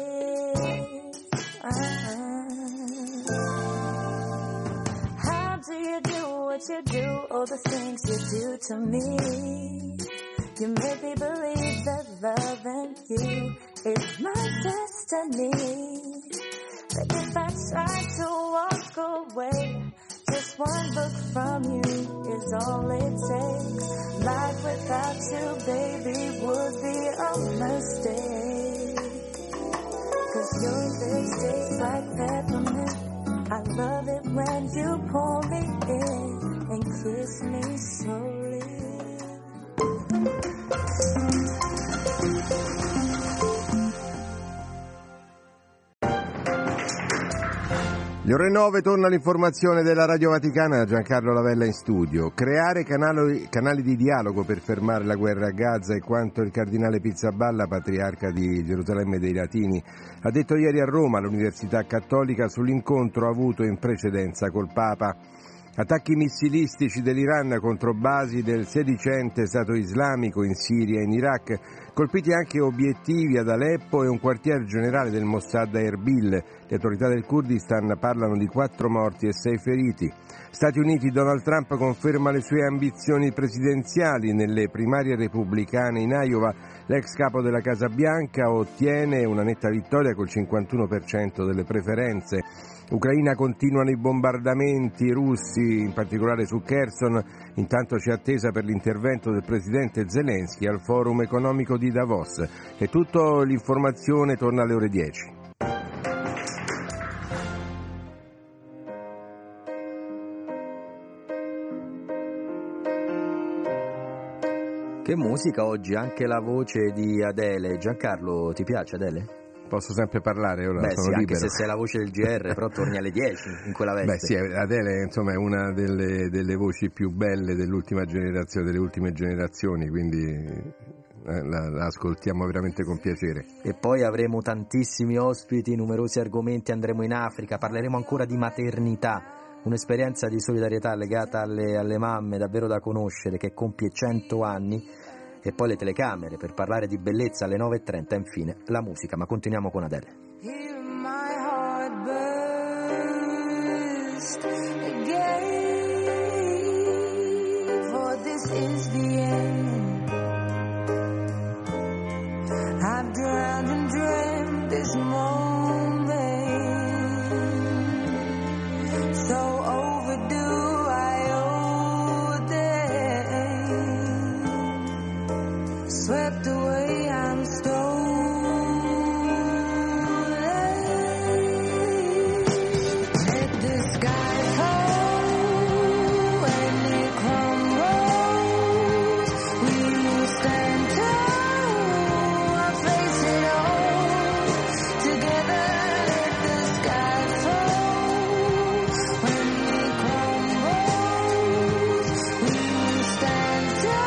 How do you do what you do, all the things you do to me? You make me believe that loving you is my destiny. But if I try to walk away, just one look from you is all it takes. Life without you, baby, would be a mistake. 'Cause your lips taste like peppermint. I love it when you pull me in and kiss me slowly. Le ore 9 torna l'informazione della Radio Vaticana, Giancarlo Lavella in studio. Creare canali di dialogo per fermare la guerra a Gaza è quanto il cardinale Pizzaballa, patriarca di Gerusalemme dei Latini, ha detto ieri a Roma all'Università Cattolica sull'incontro avuto in precedenza col Papa. Attacchi missilistici dell'Iran contro basi del sedicente Stato islamico in Siria e in Iraq Colpiti anche obiettivi ad Aleppo e un quartier generale del Mossad a Erbil. Le autorità del Kurdistan parlano di 4 morti e 6 feriti. Stati Uniti, Donald Trump conferma le sue ambizioni presidenziali. Nelle primarie repubblicane in Iowa l'ex capo della Casa Bianca ottiene una netta vittoria col 51% delle preferenze. Ucraina, continuano i bombardamenti russi, in particolare su Kherson. Intanto c'è attesa per l'intervento del presidente Zelensky al forum economico di Davos. E tutto, l'informazione torna alle ore 10. Che musica oggi, anche la voce di Adele. Giancarlo, ti piace Adele? Posso sempre parlare, ora sono sì, libero. Anche se sei la voce del GR, però torni alle 10 in quella veste. Beh sì, Adele insomma è una delle voci più belle dell'ultima generazione, delle ultime generazioni, quindi la ascoltiamo veramente con piacere. E poi avremo tantissimi ospiti, numerosi argomenti, andremo in Africa, parleremo ancora di maternità, un'esperienza di solidarietà legata alle mamme davvero da conoscere, che compie 100 anni. E poi le telecamere per parlare di bellezza alle 9.30 e infine la musica, ma continuiamo con Adele. Swept away, I'm stolen. Let the sky fall and it crumbles. We will stand tall, I'll face it all together. Let the sky fall when it crumbles. We will stand tall.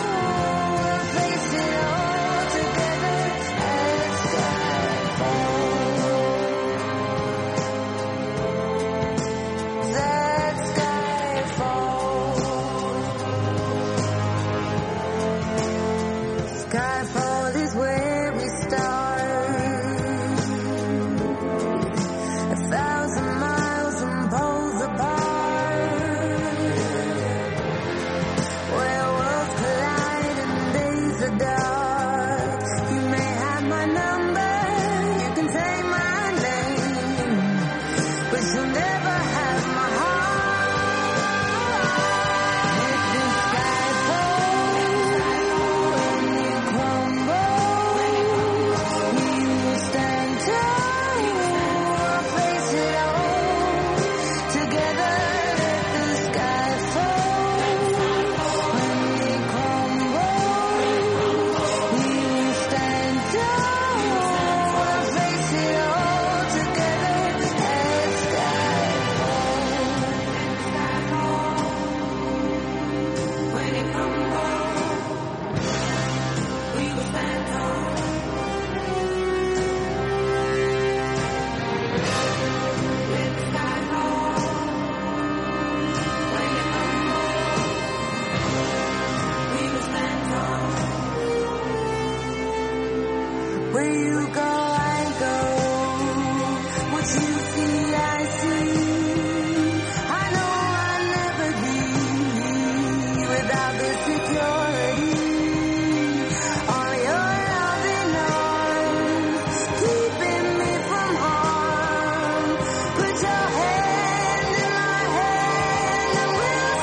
Skyfall is where we start. 1,000 miles and poles apart, where worlds collide and days are dark. You may have my number, you can say my name, but you'll never have my heart. Where you go, I go. What you see, I see. I know I'll never be without the security. All your loving arms, keeping me from harm. Put your hand in my hand and we'll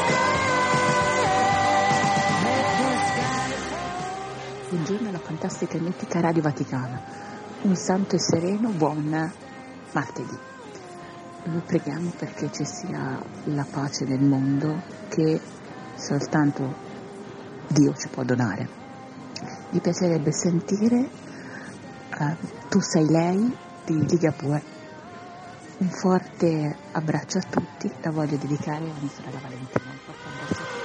stay. Buongiorno alla fantastica e mitica Radio Vaticana. Un santo e sereno buon martedì. Noi preghiamo perché ci sia la pace nel mondo che soltanto Dio ci può donare. Mi piacerebbe sentire Tu sei lei di Ligabue. Un forte abbraccio a tutti, la voglio dedicare a mia sorella Valentina. Un forte abbraccio a tutti.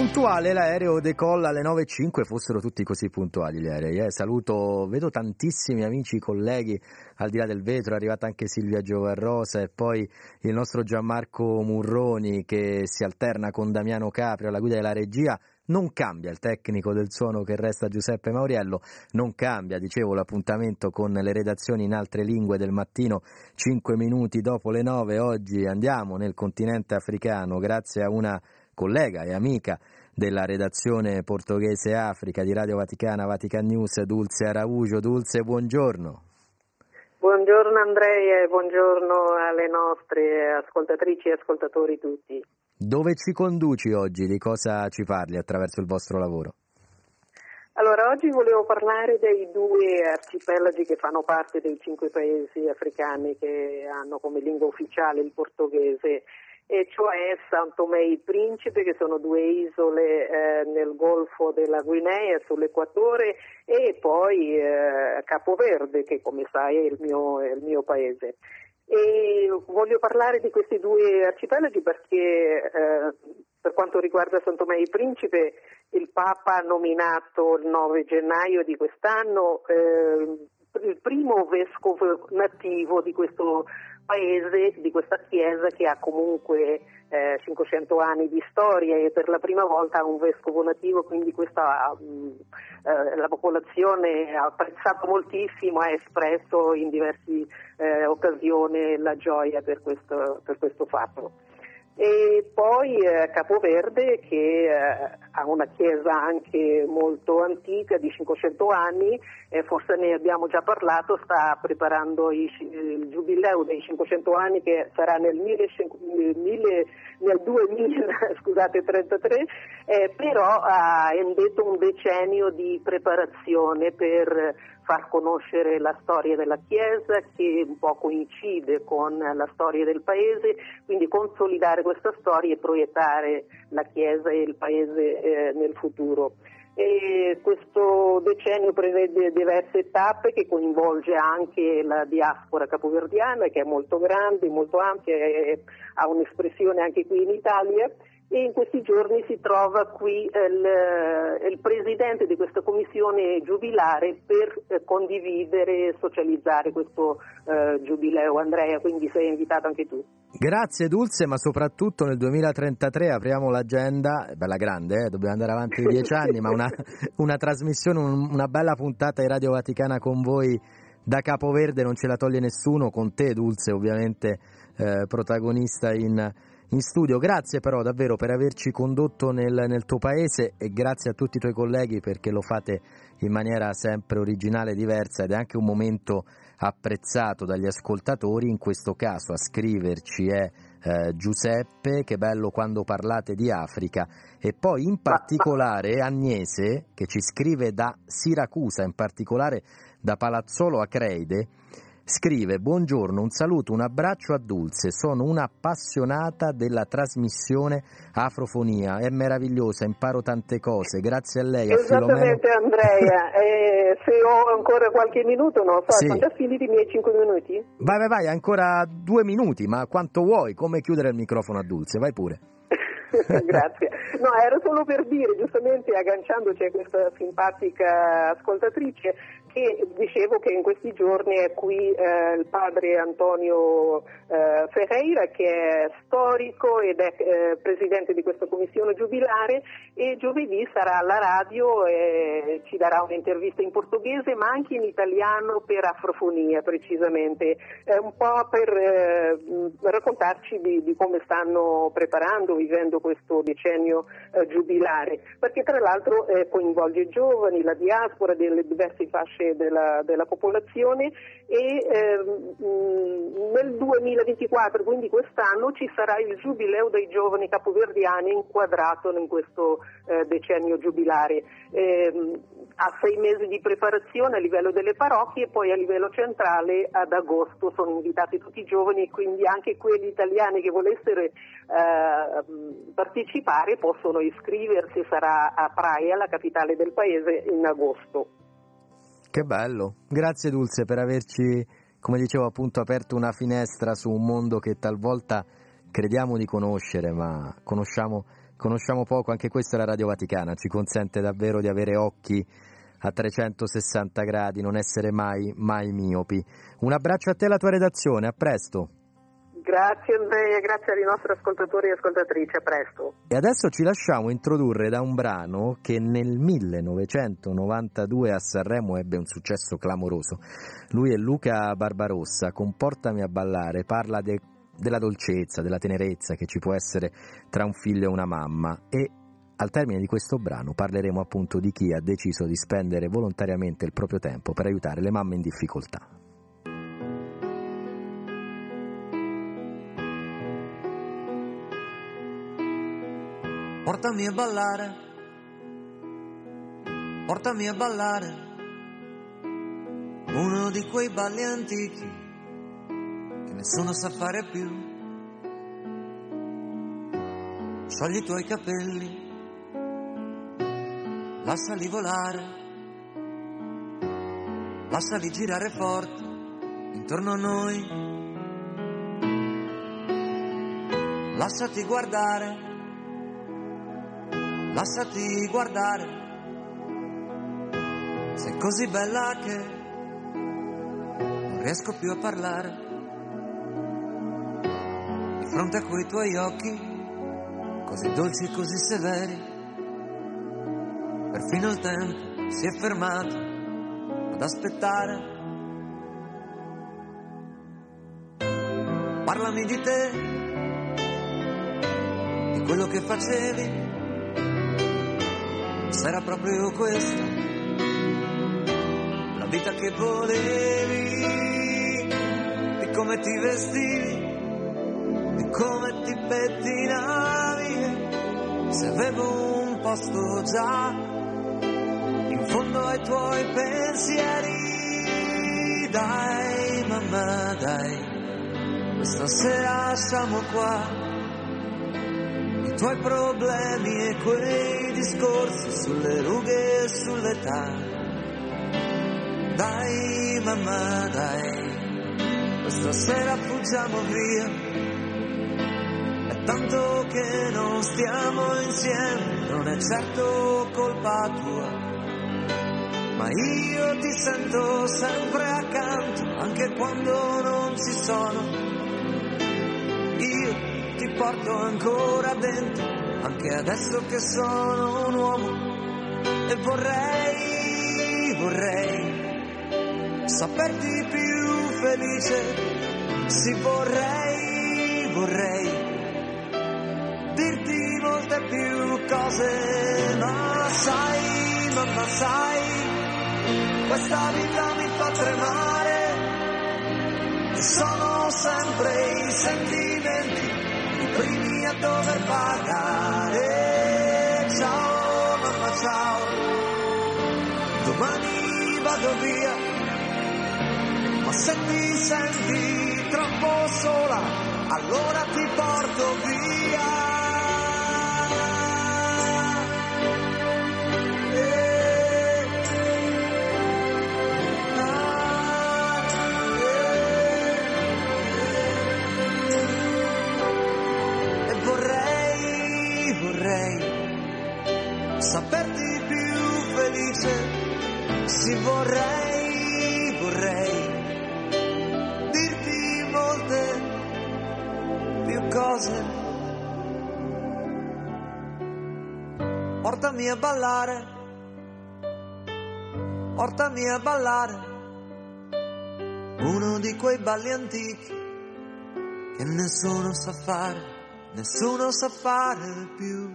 Puntuale l'aereo, decolla alle 9.05, fossero tutti così puntuali gli aerei. Saluto, vedo tantissimi amici, colleghi al di là del vetro, è arrivata anche Silvia Giovarrosa e poi il nostro Gianmarco Murroni che si alterna con Damiano Caprio alla guida della regia. Non cambia il tecnico del suono che resta Giuseppe Mauriello, non cambia, dicevo, l'appuntamento con le redazioni in altre lingue del mattino, 5 minuti dopo le 9. Oggi andiamo nel continente africano grazie a una collega e amica della redazione portoghese Africa di Radio Vaticana, Vatican News, Dulce Araújo. Dulce, buongiorno. Buongiorno Andrea e buongiorno alle nostre ascoltatrici e ascoltatori tutti. Dove ci conduci oggi? Di cosa ci parli attraverso il vostro lavoro? Allora, oggi volevo parlare dei 2 arcipelagi che fanno parte dei 5 paesi africani che hanno come lingua ufficiale il portoghese, e cioè São Tomé e Príncipe, che sono 2 isole nel Golfo della Guinea sull'equatore, e poi Capoverde, che come sai è il mio paese. E voglio parlare di questi 2 arcipelagi perché per quanto riguarda São Tomé e Príncipe, il Papa ha nominato il 9 gennaio di quest'anno il primo vescovo nativo di questo paese, di questa chiesa che ha comunque 500 anni di storia, e per la prima volta ha un vescovo nativo, quindi questa la popolazione ha apprezzato moltissimo, ha espresso in diverse occasioni la gioia per questo fatto. E poi Capoverde, che ha una chiesa anche molto antica di 500 anni, forse ne abbiamo già parlato, sta preparando il giubileo dei 500 anni che sarà nel 2033, però ha indetto un decennio di preparazione per far conoscere la storia della Chiesa, che un po' coincide con la storia del Paese, quindi consolidare questa storia e proiettare la Chiesa e il Paese nel futuro. E questo decennio prevede diverse tappe che coinvolge anche la diaspora capoverdiana, che è molto grande, molto ampia e ha un'espressione anche qui in Italia. E in questi giorni si trova qui il presidente di questa commissione giubilare per condividere e socializzare questo giubileo. Andrea, quindi sei invitato anche tu. Grazie Dulce, ma soprattutto nel 2033 apriamo l'agenda, bella grande, dobbiamo andare avanti di 10 anni, ma una trasmissione, una bella puntata di Radio Vaticana con voi da Capoverde non ce la toglie nessuno, con te Dulce ovviamente protagonista in studio. Grazie però davvero per averci condotto nel tuo paese, e grazie a tutti i tuoi colleghi perché lo fate in maniera sempre originale e diversa, ed è anche un momento apprezzato dagli ascoltatori. In questo caso a scriverci è Giuseppe, che bello quando parlate di Africa, e poi in particolare Agnese, che ci scrive da Siracusa, in particolare da Palazzolo Acreide. Scrive: buongiorno, un saluto, un abbraccio a Dulce, sono un'appassionata della trasmissione Afrofonia, è meravigliosa, imparo tante cose, grazie a lei. Esattamente Andrea, se ho ancora qualche minuto, non so, sì. Sono già finiti i miei 5 minuti? Vai, ancora 2 minuti, ma quanto vuoi, come chiudere il microfono a Dulce, vai pure. Grazie. No, era solo per dire, giustamente agganciandoci a questa simpatica ascoltatrice, che dicevo che in questi giorni è qui il padre Antonio Ferreira, che è storico ed è presidente di questa commissione giubilare, e giovedì sarà alla radio e ci darà un'intervista in portoghese ma anche in italiano per Afrofonia, precisamente, un po' per raccontarci di come stanno preparando, vivendo questo decennio giubilare, perché tra l'altro coinvolge i giovani, la diaspora delle diverse fasce della popolazione, e nel 2024, quindi quest'anno, ci sarà il giubileo dei giovani capoverdiani inquadrato in questo decennio giubilare. Ha 6 mesi di preparazione a livello delle parrocchie, e poi a livello centrale ad agosto sono invitati tutti i giovani, quindi anche quelli italiani che volessero partecipare possono iscriversi. Sarà a Praia, la capitale del paese, in agosto. Che bello, grazie Dulce per averci, come dicevo appunto, aperto una finestra su un mondo che talvolta crediamo di conoscere, ma conosciamo conosciamo poco, anche questa è la Radio Vaticana, ci consente davvero di avere occhi a 360 gradi, non essere mai miopi. Un abbraccio a te e alla tua redazione, a presto. Grazie Andrea, grazie ai nostri ascoltatori e ascoltatrici, a presto. E adesso ci lasciamo introdurre da un brano che nel 1992 a Sanremo ebbe un successo clamoroso. Lui è Luca Barbarossa, con Portami a ballare, parla della dolcezza, della tenerezza che ci può essere tra un figlio e una mamma, e al termine di questo brano parleremo appunto di chi ha deciso di spendere volontariamente il proprio tempo per aiutare le mamme in difficoltà. Portami a ballare, portami a ballare, uno di quei balli antichi che nessuno sa fare più. Sciogli i tuoi capelli, lasciali volare, lasciali girare forte intorno a noi, lasciati guardare, lasciati guardare, sei così bella che non riesco più a parlare. Di fronte a quei tuoi occhi, così dolci e così severi, perfino il tempo si è fermato ad aspettare. Parlami di te, di quello che facevi, se era proprio questa la vita che volevi, di come ti vestivi, di come ti pettinavi, se avevo un posto già in fondo ai tuoi pensieri. Dai mamma dai, questa sera siamo qua, i tuoi problemi e quei discorsi sulle rughe e sull'età. Dai mamma dai, questa sera fuggiamo via, è tanto che non stiamo insieme, non è certo colpa tua, ma io ti sento sempre accanto, anche quando non ci sono. Io ti porto ancora dentro, anche adesso che sono un uomo, e vorrei saperti più felice, sì vorrei dirti molte più cose, ma sai, mamma sai, questa vita mi fa tremare, e sono sempre i sentimenti i primi a dover pagare. Ciao mamma ciao, domani vado via, ma se ti senti troppo sola, allora ti porto via. Vorrei saperti più felice, sì vorrei dirti molte più cose. Portami a ballare, portami a ballare, uno di quei balli antichi che nessuno sa fare più.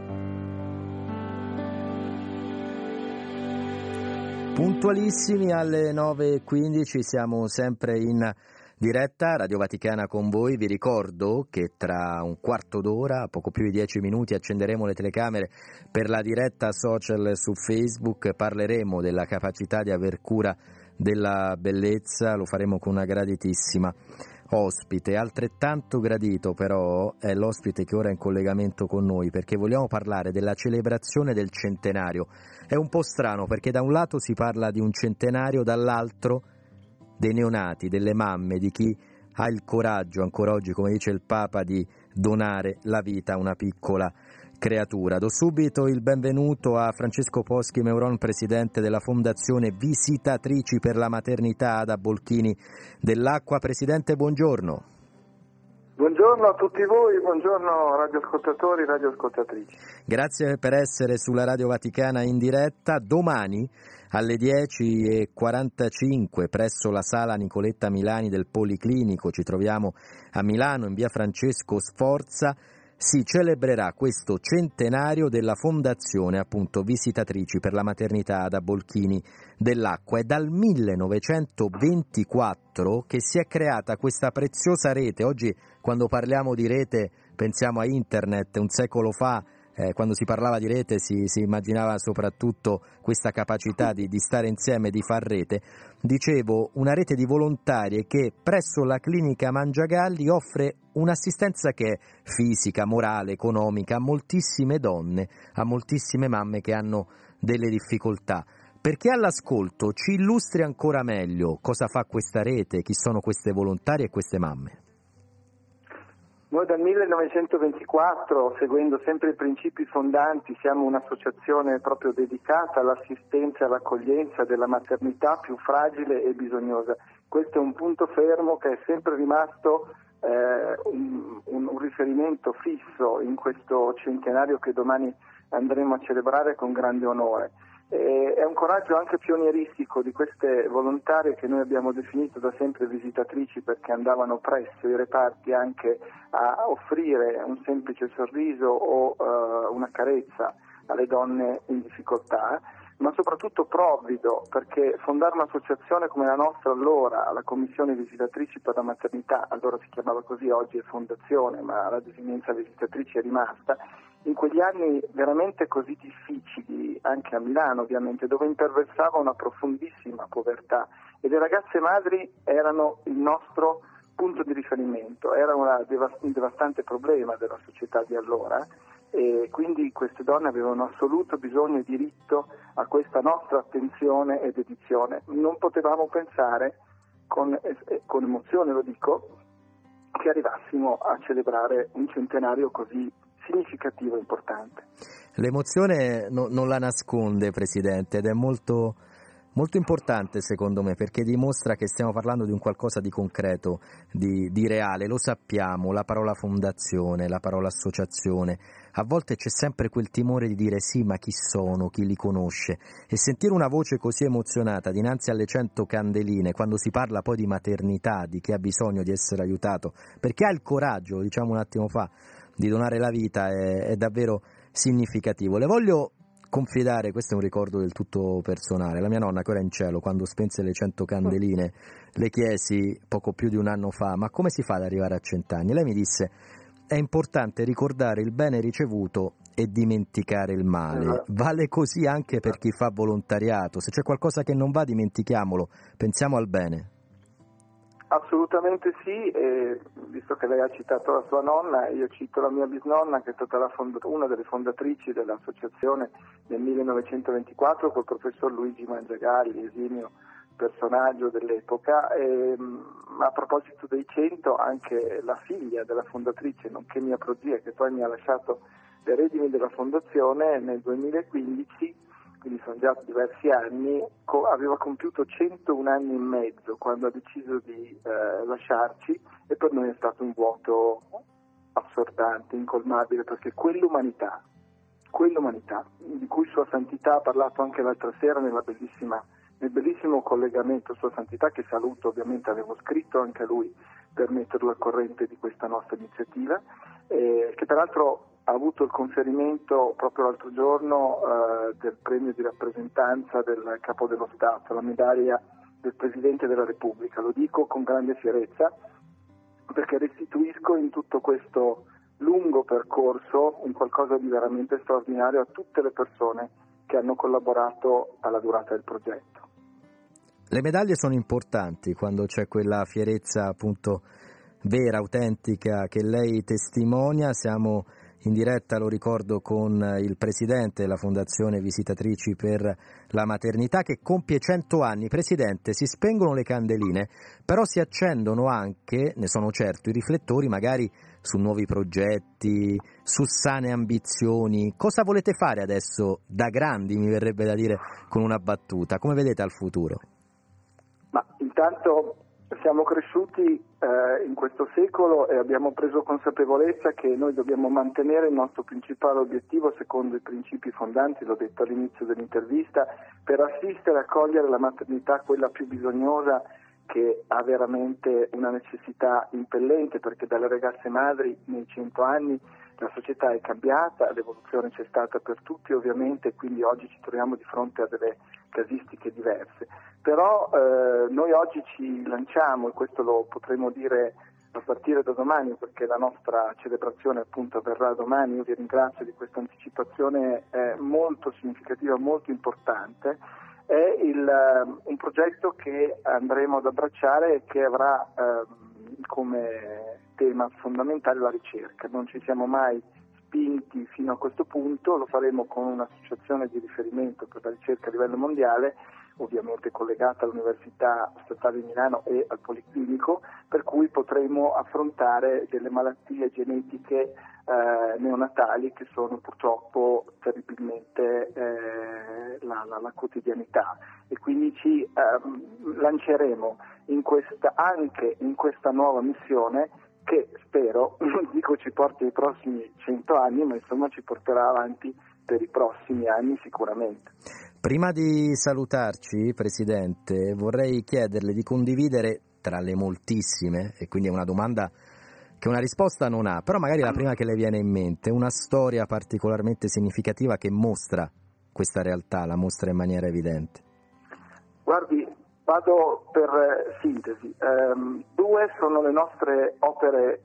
Puntualissimi alle 9:15, siamo sempre in diretta, Radio Vaticana con voi. Vi ricordo che tra un quarto d'ora, poco più di 10 minuti, accenderemo le telecamere per la diretta social su Facebook. Parleremo della capacità di aver cura della bellezza, lo faremo con una graditissima ospite. Altrettanto gradito però è l'ospite che ora è in collegamento con noi, perché vogliamo parlare della celebrazione del centenario. È un po' strano perché da un lato si parla di un centenario, dall'altro dei neonati, delle mamme, di chi ha il coraggio ancora oggi, come dice il Papa, di donare la vita a una piccola creatura. Do subito il benvenuto a Francesco Poschi Meuron, presidente della Fondazione Visitatrici per la Maternità Ada Bolchini dell'Acqua. Presidente, buongiorno. Buongiorno a tutti voi, buongiorno radioascoltatori, radioascoltatrici. Grazie per essere sulla Radio Vaticana in diretta. Domani alle 10:45 presso la Sala Nicoletta Milani del Policlinico, ci troviamo a Milano in via Francesco Sforza, si celebrerà questo centenario della Fondazione appunto Visitatrici per la Maternità Ada Bolchini dell'Acqua. È dal 1924 che si è creata questa preziosa rete. Oggi quando parliamo di rete pensiamo a internet. Un secolo fa quando si parlava di rete si immaginava soprattutto questa capacità di stare insieme, di far rete. Dicevo, una rete di volontarie che presso la clinica Mangiagalli offre un'assistenza che è fisica, morale, economica a moltissime donne, a moltissime mamme che hanno delle difficoltà. Perché all'ascolto ci illustri ancora meglio cosa fa questa rete, chi sono queste volontarie e queste mamme. Noi dal 1924, seguendo sempre i principi fondanti, siamo un'associazione proprio dedicata all'assistenza e all'accoglienza della maternità più fragile e bisognosa. Questo è un punto fermo che è sempre rimasto un riferimento fisso in questo centenario che domani andremo a celebrare con grande onore. È un coraggio anche pionieristico di queste volontarie che noi abbiamo definito da sempre visitatrici, perché andavano presso i reparti anche a offrire un semplice sorriso o una carezza alle donne in difficoltà, ma soprattutto provvido, perché fondare un'associazione come la nostra allora, la Commissione Visitatrici per la Maternità, allora si chiamava così, oggi è Fondazione, ma la desinenza Visitatrici è rimasta, in quegli anni veramente così difficili, anche a Milano ovviamente, dove imperversava una profondissima povertà e le ragazze madri erano il nostro punto di riferimento, era un devastante problema della società di allora e quindi queste donne avevano assoluto bisogno e diritto a questa nostra attenzione e dedizione. Non potevamo pensare, con emozione lo dico, che arrivassimo a celebrare un centenario così significativo e importante. L'emozione non la nasconde, Presidente, ed è molto, molto importante secondo me, perché dimostra che stiamo parlando di un qualcosa di concreto, di reale. Lo sappiamo, la parola fondazione, la parola associazione, a volte c'è sempre quel timore di dire sì, ma chi sono, chi li conosce, e sentire una voce così emozionata dinanzi alle 100 candeline, quando si parla poi di maternità, di chi ha bisogno di essere aiutato, perché ha il coraggio, diciamo un attimo fa, di donare la vita, è davvero significativo. Le voglio confidare, questo è un ricordo del tutto personale, la mia nonna che ora è in cielo, quando spense le 100 candeline, le chiesi poco più di un anno fa, ma come si fa ad arrivare a 100 anni? Lei mi disse, è importante ricordare il bene ricevuto e dimenticare il male. Vale così anche per chi fa volontariato, se c'è qualcosa che non va dimentichiamolo, pensiamo al bene. Assolutamente sì, e visto che lei ha citato la sua nonna, io cito la mia bisnonna che è stata una delle fondatrici dell'associazione nel 1924 col professor Luigi Mangiagalli, esimio personaggio dell'epoca. A proposito dei 100, anche la figlia della fondatrice, nonché mia prozia, che poi mi ha lasciato le redini della fondazione nel 2015, quindi sono già diversi anni, aveva compiuto 101 anni e mezzo quando ha deciso di lasciarci, e per noi è stato un vuoto assordante, incolmabile, perché quell'umanità di cui Sua Santità ha parlato anche l'altra sera nel bellissimo collegamento, Sua Santità che saluto, ovviamente avevo scritto anche a lui per metterlo al corrente di questa nostra iniziativa, che peraltro ha avuto il conferimento proprio l'altro giorno del premio di rappresentanza del Capo dello Stato, la medaglia del Presidente della Repubblica. Lo dico con grande fierezza perché restituisco in tutto questo lungo percorso un qualcosa di veramente straordinario a tutte le persone che hanno collaborato alla durata del progetto. Le medaglie sono importanti quando c'è quella fierezza appunto vera, autentica che lei testimonia. Siamo in diretta, lo ricordo, con il presidente della Fondazione Visitatrici per la Maternità, che compie 100 anni. Presidente, si spengono le candeline, però si accendono anche, ne sono certo, i riflettori magari su nuovi progetti, su sane ambizioni. Cosa volete fare adesso da grandi, mi verrebbe da dire con una battuta? Come vedete al futuro? Ma intanto siamo cresciuti in questo secolo e abbiamo preso consapevolezza che noi dobbiamo mantenere il nostro principale obiettivo secondo i principi fondanti, l'ho detto all'inizio dell'intervista, per assistere e accogliere la maternità, quella più bisognosa, che ha veramente una necessità impellente, perché dalle ragazze madri nei 100 anni la società è cambiata, l'evoluzione c'è stata per tutti ovviamente, quindi oggi ci troviamo di fronte a delle casistiche diverse. Però noi oggi ci lanciamo, e questo lo potremo dire a partire da domani, perché la nostra celebrazione appunto avverrà domani. Io vi ringrazio di questa anticipazione molto significativa, molto importante. È un progetto che andremo ad abbracciare e che avrà come tema fondamentale la ricerca. Non ci siamo mai spinti fino a questo punto, lo faremo con un'associazione di riferimento per la ricerca a livello mondiale, ovviamente collegata all'Università Statale di Milano e al Policlinico, per cui potremo affrontare delle malattie genetiche neonatali che sono purtroppo terribilmente la quotidianità, e quindi ci lanceremo anche in questa nuova missione che spero, non dico ci porti ai prossimi 100 anni, ma insomma ci porterà avanti per i prossimi anni sicuramente. Prima di salutarci, Presidente, vorrei chiederle di condividere tra le moltissime, e quindi è una domanda che una risposta non ha, però magari la prima che le viene in mente, una storia particolarmente significativa che mostra questa realtà, la mostra in maniera evidente. Guardi, vado per sintesi. Due sono le nostre opere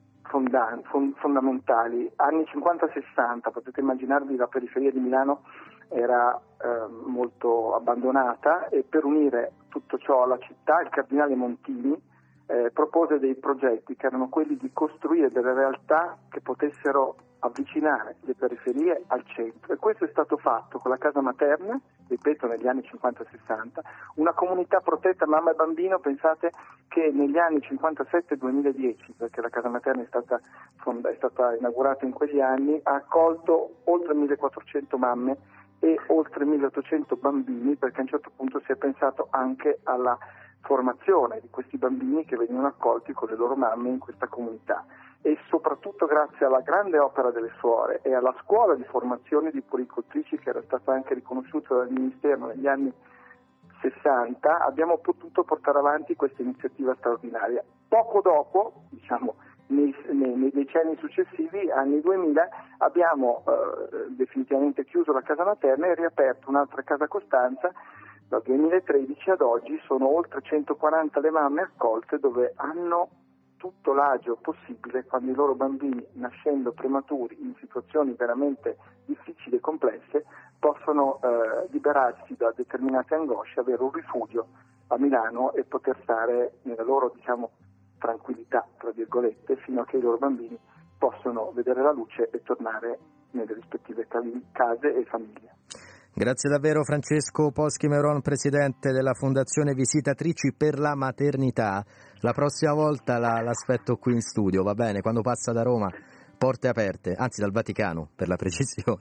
fondamentali. Anni 50-60, potete immaginarvi, la periferia di Milano era molto abbandonata, e per unire tutto ciò alla città il cardinale Montini propose dei progetti che erano quelli di costruire delle realtà che potessero avvicinare le periferie al centro, e questo è stato fatto con la casa materna, ripeto, negli anni 50-60, una comunità protetta mamma e bambino. Pensate che negli anni 57-2010, perché la casa materna è stata inaugurata in quegli anni, ha accolto oltre 1400 mamme e oltre 1800 bambini, perché a un certo punto si è pensato anche alla formazione di questi bambini che venivano accolti con le loro mamme in questa comunità. E soprattutto grazie alla grande opera delle suore e alla scuola di formazione di puericultrici, che era stata anche riconosciuta dal Ministero negli anni 60, abbiamo potuto portare avanti questa iniziativa straordinaria. Poco dopo, nei decenni successivi, anni 2000, abbiamo definitivamente chiuso la casa materna e riaperto un'altra casa Costanza. Dal 2013 ad oggi sono oltre 140 le mamme accolte, dove hanno tutto l'agio possibile quando i loro bambini, nascendo prematuri in situazioni veramente difficili e complesse, possono liberarsi da determinate angosce, avere un rifugio a Milano e poter stare nella loro, tranquillità, tra virgolette, fino a che i loro bambini possono vedere la luce e tornare nelle rispettive case e famiglie. Grazie davvero Francesco Poschi-Meuron, presidente della Fondazione Visitatrici per la Maternità. La prossima volta l'aspetto qui in studio, va bene? Quando passa da Roma, porte aperte, anzi dal Vaticano per la precisione.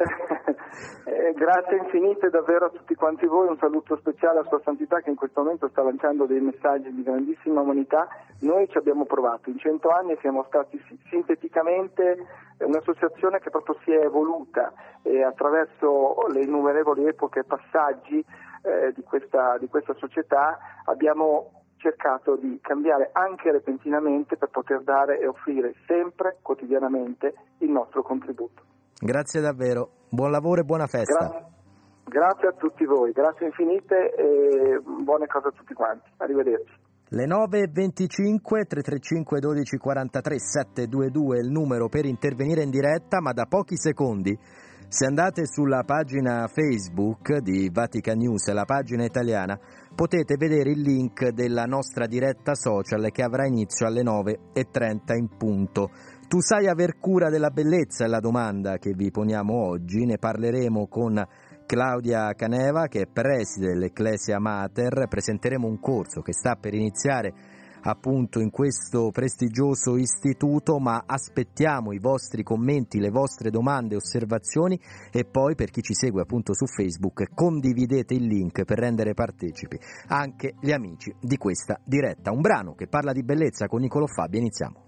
Grazie infinite davvero a tutti quanti voi, un saluto speciale a Sua Santità, che in questo momento sta lanciando dei messaggi di grandissima umanità. Noi ci abbiamo provato in 100 anni e siamo stati sinteticamente un'associazione che proprio si è evoluta, e attraverso le innumerevoli epoche e passaggi di questa società abbiamo cercato di cambiare anche repentinamente per poter dare e offrire sempre, quotidianamente, il nostro contributo. Grazie davvero, buon lavoro e buona festa. Grazie a tutti voi, grazie infinite e buone cose a tutti quanti. Arrivederci. Le 9.25, 335 12 43 722 è il numero per intervenire in diretta, ma da pochi secondi. Se andate sulla pagina Facebook di Vatican News, la pagina italiana, potete vedere il link della nostra diretta social che avrà inizio alle 9.30 in punto. Tu sai aver cura della bellezza è la domanda che vi poniamo oggi. Ne parleremo con Claudia Caneva, che è preside dell'Ecclesia Mater. Presenteremo un corso che sta per iniziare appunto in questo prestigioso istituto, ma aspettiamo i vostri commenti, le vostre domande, osservazioni, e poi per chi ci segue appunto su Facebook condividete il link per rendere partecipi anche gli amici di questa diretta. Un brano che parla di bellezza con Niccolò Fabbia, iniziamo.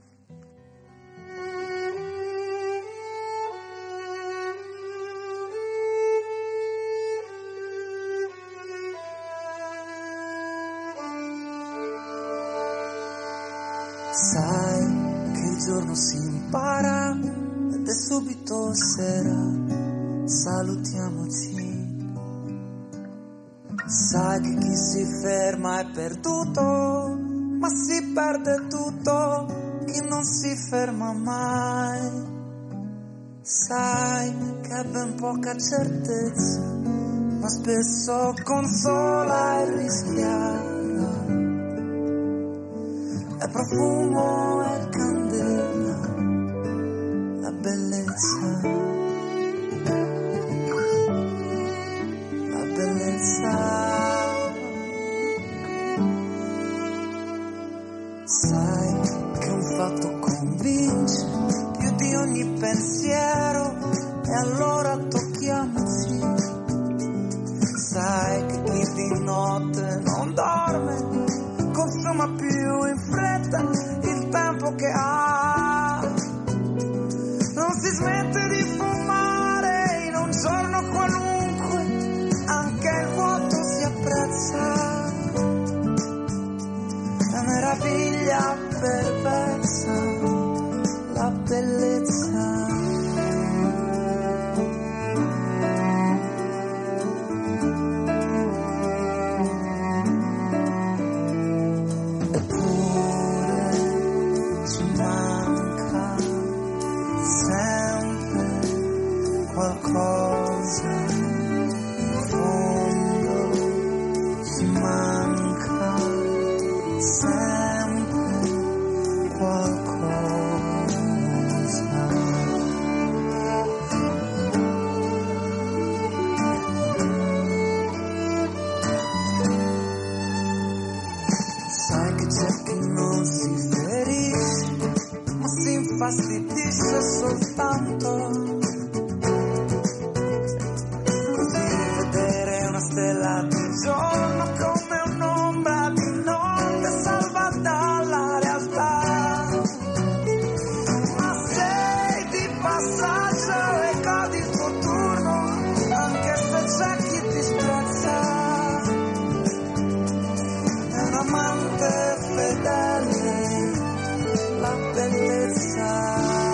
Sai che il giorno si impara ed è subito sera, salutiamoci. Sai che chi si ferma è perduto, ma si perde tutto chi non si ferma mai. Sai che è ben poca certezza, ma spesso consola e rischia. È profumo e candela, la bellezza, la bellezza. Sai che un fatto convince più di ogni pensiero, e allora tocchiamoci. Sai che chi di notte non dorme consuma più in fretta il tempo che ha. Non si smette di fumare in un giorno qualunque, anche il vuoto si apprezza. La meraviglia perversa, la bellezza. Fastidisce soltanto così vedere una stella di giorno come un'ombra di notte salva dalla realtà. Ma sei di passaggio e godi il tuo turno, anche se c'è chi ti sprezza. È un amante fedele, la bellezza.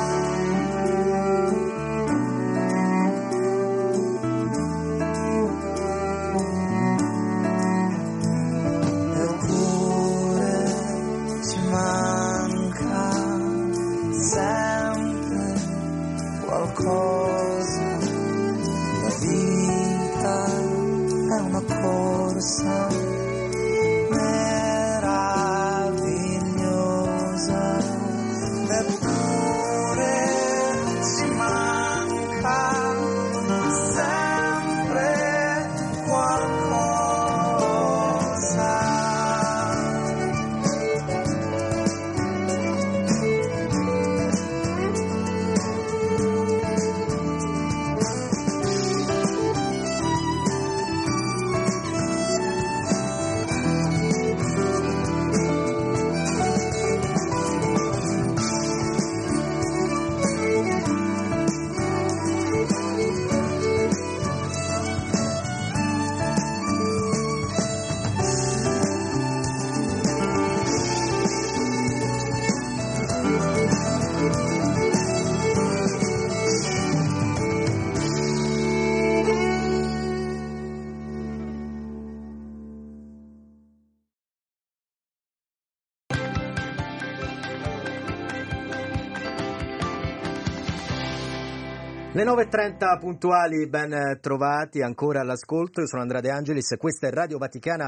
Le 9.30 puntuali, ben trovati ancora all'ascolto. Io sono Andrea De Angelis, questa è Radio Vaticana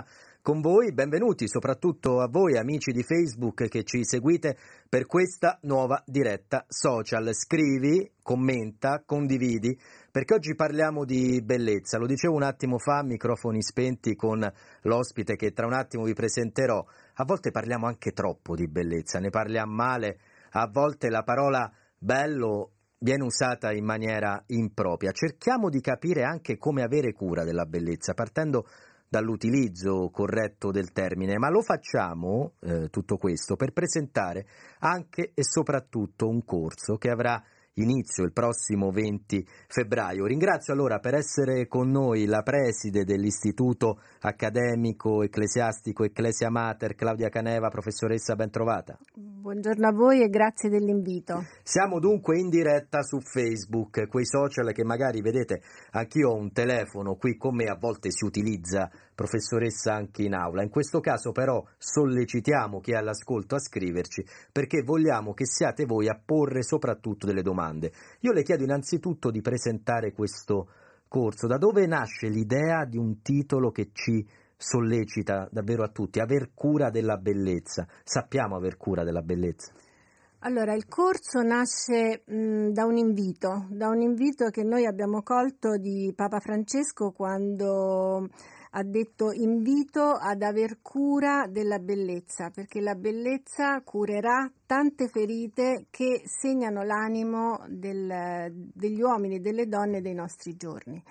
con voi. Benvenuti soprattutto a voi amici di Facebook che ci seguite per questa nuova diretta social. Scrivi, commenta, condividi, perché oggi parliamo di bellezza. Lo dicevo un attimo fa, microfoni spenti, con l'ospite che tra un attimo vi presenterò. A volte parliamo anche troppo di bellezza, ne parliamo male, a volte la parola bello viene usata in maniera impropria. Cerchiamo di capire anche come avere cura della bellezza, partendo dall'utilizzo corretto del termine, ma lo facciamo tutto questo per presentare anche e soprattutto un corso che avrà inizio il prossimo 20 febbraio. Ringrazio allora per essere con noi la preside dell'Istituto Accademico Ecclesiastico Ecclesia Mater, Claudia Caneva. Professoressa, ben trovata. Buongiorno a voi e grazie dell'invito. Siamo dunque in diretta su Facebook, quei social che magari vedete, anch'io ho un telefono qui con me, a volte si utilizza, professoressa, anche in aula. In questo caso però sollecitiamo chi è all'ascolto a scriverci, perché vogliamo che siate voi a porre soprattutto delle domande. Io le chiedo innanzitutto di presentare questo corso. Da dove nasce l'idea di un titolo che ci sollecita davvero a tutti? Aver cura della bellezza. Sappiamo aver cura della bellezza? Allora, il corso nasce da un invito che noi abbiamo colto di Papa Francesco quando ha detto: invito ad aver cura della bellezza, perché la bellezza curerà tante ferite che segnano l'animo degli uomini e delle donne dei nostri giorni.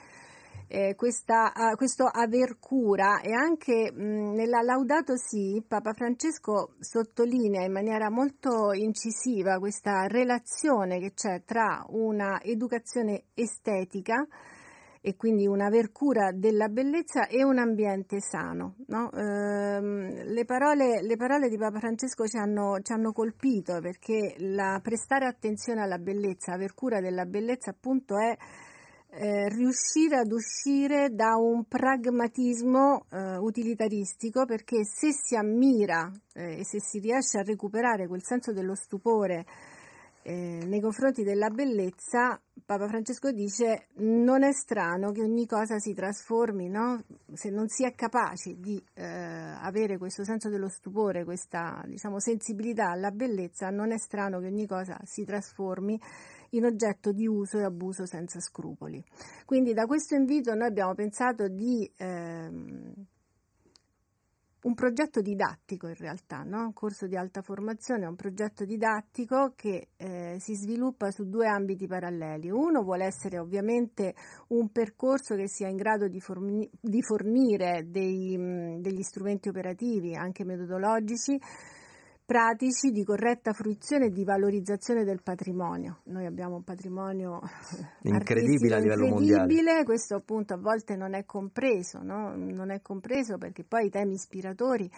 Questo aver cura, e anche nella Laudato Si Papa Francesco sottolinea in maniera molto incisiva questa relazione che c'è tra una educazione estetica e quindi un aver cura della bellezza e un ambiente sano, no? Le parole di Papa Francesco ci hanno colpito, perché prestare attenzione alla bellezza, aver cura della bellezza appunto è riuscire ad uscire da un pragmatismo utilitaristico, perché se si ammira e se si riesce a recuperare quel senso dello stupore nei confronti della bellezza, Papa Francesco dice: non è strano che ogni cosa si trasformi, no? Se non si è capaci di avere questo senso dello stupore, questa, diciamo, sensibilità alla bellezza, non è strano che ogni cosa si trasformi in oggetto di uso e abuso senza scrupoli. Quindi da questo invito noi abbiamo pensato di un progetto didattico, in realtà, no? Un corso di alta formazione è un progetto didattico che si sviluppa su due ambiti paralleli. Uno vuole essere ovviamente un percorso che sia in grado di fornire degli strumenti operativi, anche metodologici, pratici, di corretta fruizione e di valorizzazione del patrimonio. Noi abbiamo un patrimonio incredibile a livello mondiale. Questo appunto a volte non è compreso, no? Non è compreso perché poi i temi ispiratori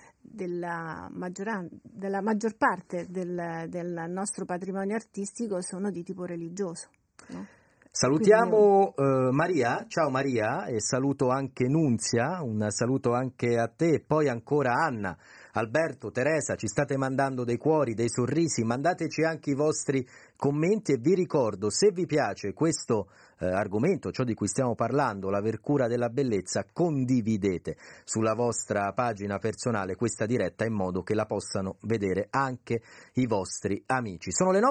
della maggior parte del nostro patrimonio artistico sono di tipo religioso, no? Salutiamo Maria, ciao Maria, e saluto anche Nunzia, un saluto anche a te, e poi ancora Anna, Alberto, Teresa, ci state mandando dei cuori, dei sorrisi, mandateci anche i vostri commenti, e vi ricordo, se vi piace questo argomento, ciò di cui stiamo parlando, l'aver cura della bellezza, condividete sulla vostra pagina personale questa diretta in modo che la possano vedere anche i vostri amici. Sono le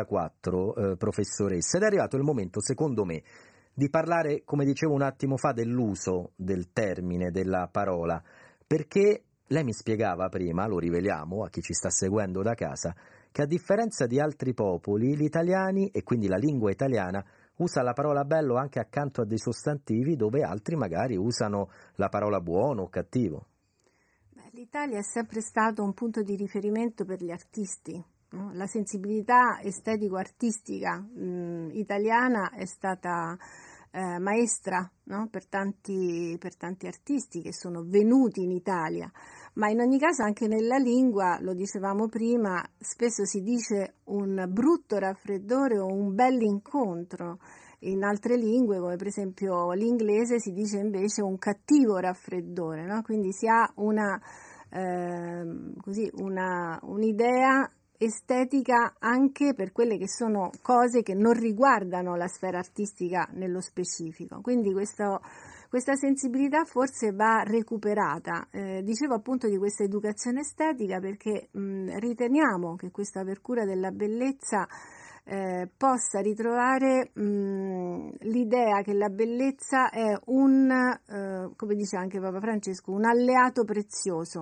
9.34, professoressa, ed è arrivato il momento, secondo me, di parlare, come dicevo un attimo fa, dell'uso del termine, della parola, perché lei mi spiegava prima, lo riveliamo a chi ci sta seguendo da casa, che a differenza di altri popoli, gli italiani, e quindi la lingua italiana, usa la parola bello anche accanto a dei sostantivi, dove altri magari usano la parola buono o cattivo. L'Italia è sempre stato un punto di riferimento per gli artisti, no? La sensibilità estetico-artistica italiana è stata maestra, no? per tanti artisti che sono venuti in Italia, ma in ogni caso anche nella lingua, lo dicevamo prima, spesso si dice un brutto raffreddore o un bell'incontro. In altre lingue, come per esempio l'inglese, si dice invece un cattivo raffreddore, no? Quindi si ha un'idea estetica anche per quelle che sono cose che non riguardano la sfera artistica nello specifico. Quindi questo questa sensibilità forse va recuperata. Dicevo appunto di questa educazione estetica perché riteniamo che questa apertura della bellezza possa ritrovare l'idea che la bellezza è come dice anche Papa Francesco, un alleato prezioso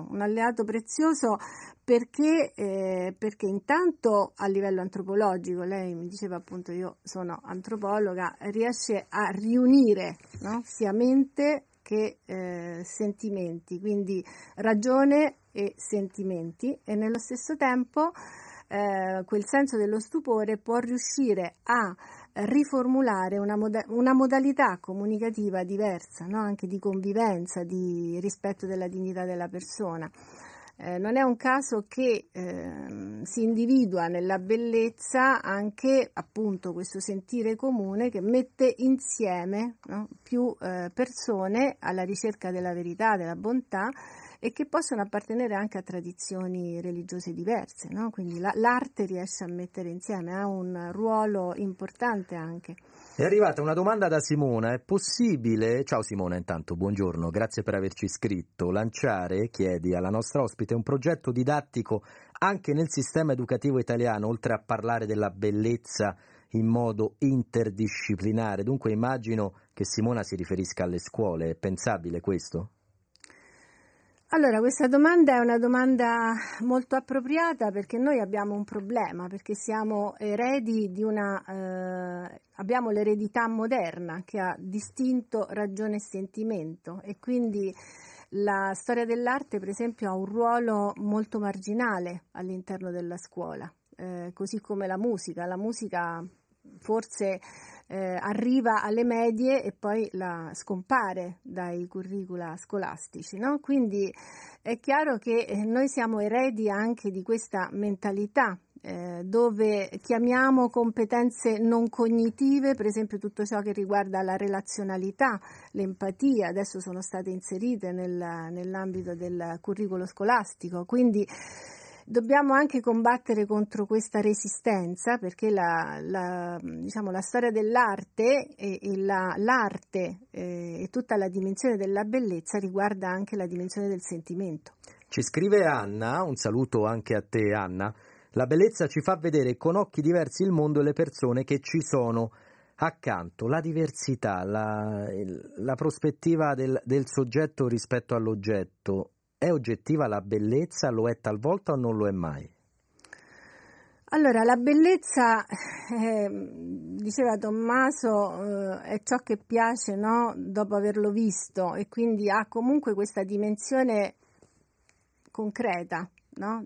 perché intanto a livello antropologico, lei mi diceva appunto, io sono antropologa, riesce a riunire, no? Sia mente che sentimenti, quindi ragione e sentimenti, e nello stesso tempo quel senso dello stupore può riuscire a riformulare una modalità comunicativa diversa, no? Anche di convivenza, di rispetto della dignità della persona. Non è un caso che si individua nella bellezza anche appunto questo sentire comune che mette insieme, no? Più persone alla ricerca della verità, della bontà, e che possono appartenere anche a tradizioni religiose diverse, no? Quindi l'arte riesce a mettere insieme, ha un ruolo importante anche. È arrivata una domanda da Simona: è possibile, ciao Simona intanto, buongiorno, grazie per averci scritto, lanciare, chiedi alla nostra ospite, un progetto didattico anche nel sistema educativo italiano, oltre a parlare della bellezza in modo interdisciplinare? Dunque immagino che Simona si riferisca alle scuole, è pensabile questo? Allora, questa domanda è una domanda molto appropriata perché noi abbiamo un problema, perché siamo eredi di abbiamo l'eredità moderna che ha distinto ragione e sentimento, e quindi la storia dell'arte, per esempio, ha un ruolo molto marginale all'interno della scuola, così come la musica forse arriva alle medie e poi scompare dai curricula scolastici, no? Quindi è chiaro che noi siamo eredi anche di questa mentalità dove chiamiamo competenze non cognitive, per esempio tutto ciò che riguarda la relazionalità, l'empatia, adesso sono state inserite nell'ambito del curriculum scolastico, quindi dobbiamo anche combattere contro questa resistenza, perché la storia dell'arte e l'arte e tutta la dimensione della bellezza riguarda anche la dimensione del sentimento. Ci scrive Anna, un saluto anche a te Anna: la bellezza ci fa vedere con occhi diversi il mondo e le persone che ci sono accanto, la diversità, la prospettiva del soggetto rispetto all'oggetto. È oggettiva la bellezza? Lo è talvolta o non lo è mai? Allora, la bellezza, diceva Tommaso, è ciò che piace, no? Dopo averlo visto, e quindi ha comunque questa dimensione concreta, no?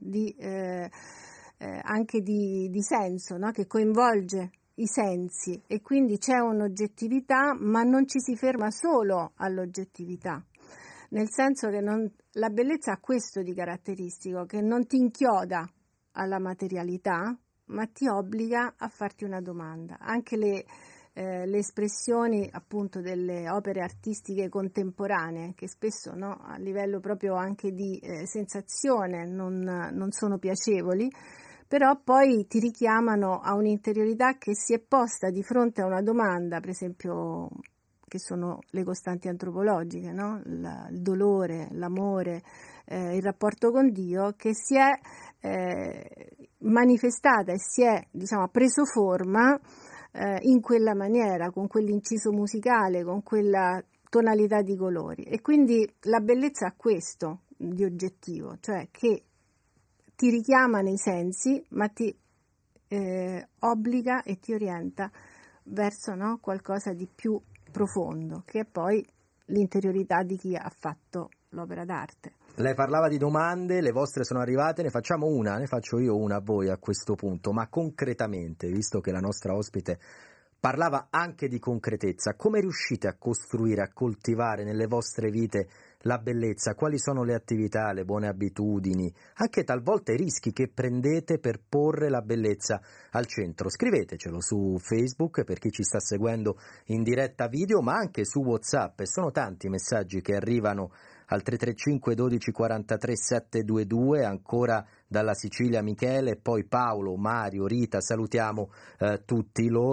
Anche di senso, no? Che coinvolge i sensi, e quindi c'è un'oggettività, ma non ci si ferma solo all'oggettività. Nel senso che la bellezza ha questo di caratteristico, che non ti inchioda alla materialità, ma ti obbliga a farti una domanda. Anche le espressioni appunto delle opere artistiche contemporanee, che spesso, no, a livello proprio anche di sensazione non sono piacevoli, però poi ti richiamano a un'interiorità che si è posta di fronte a una domanda, per esempio, che sono le costanti antropologiche, no? Il dolore, l'amore, il rapporto con Dio, che si è manifestata e si è, ha preso forma in quella maniera, con quell'inciso musicale, con quella tonalità di colori. E quindi la bellezza ha questo di oggettivo, cioè che ti richiama nei sensi, ma ti obbliga e ti orienta verso, no, qualcosa di più profondo, che è poi l'interiorità di chi ha fatto l'opera d'arte. Lei parlava di domande, le vostre sono arrivate, ne facciamo una, ne faccio io una a voi a questo punto, ma concretamente, visto che la nostra ospite parlava anche di concretezza, come riuscite a costruire, a coltivare nelle vostre vite la bellezza? Quali sono le attività, le buone abitudini, anche talvolta i rischi che prendete per porre la bellezza al centro? Scrivetecelo su Facebook per chi ci sta seguendo in diretta video, ma anche su WhatsApp, e sono tanti i messaggi che arrivano al 335 12 43 722, ancora dalla Sicilia Michele, poi Paolo, Mario, Rita, salutiamo tutti loro.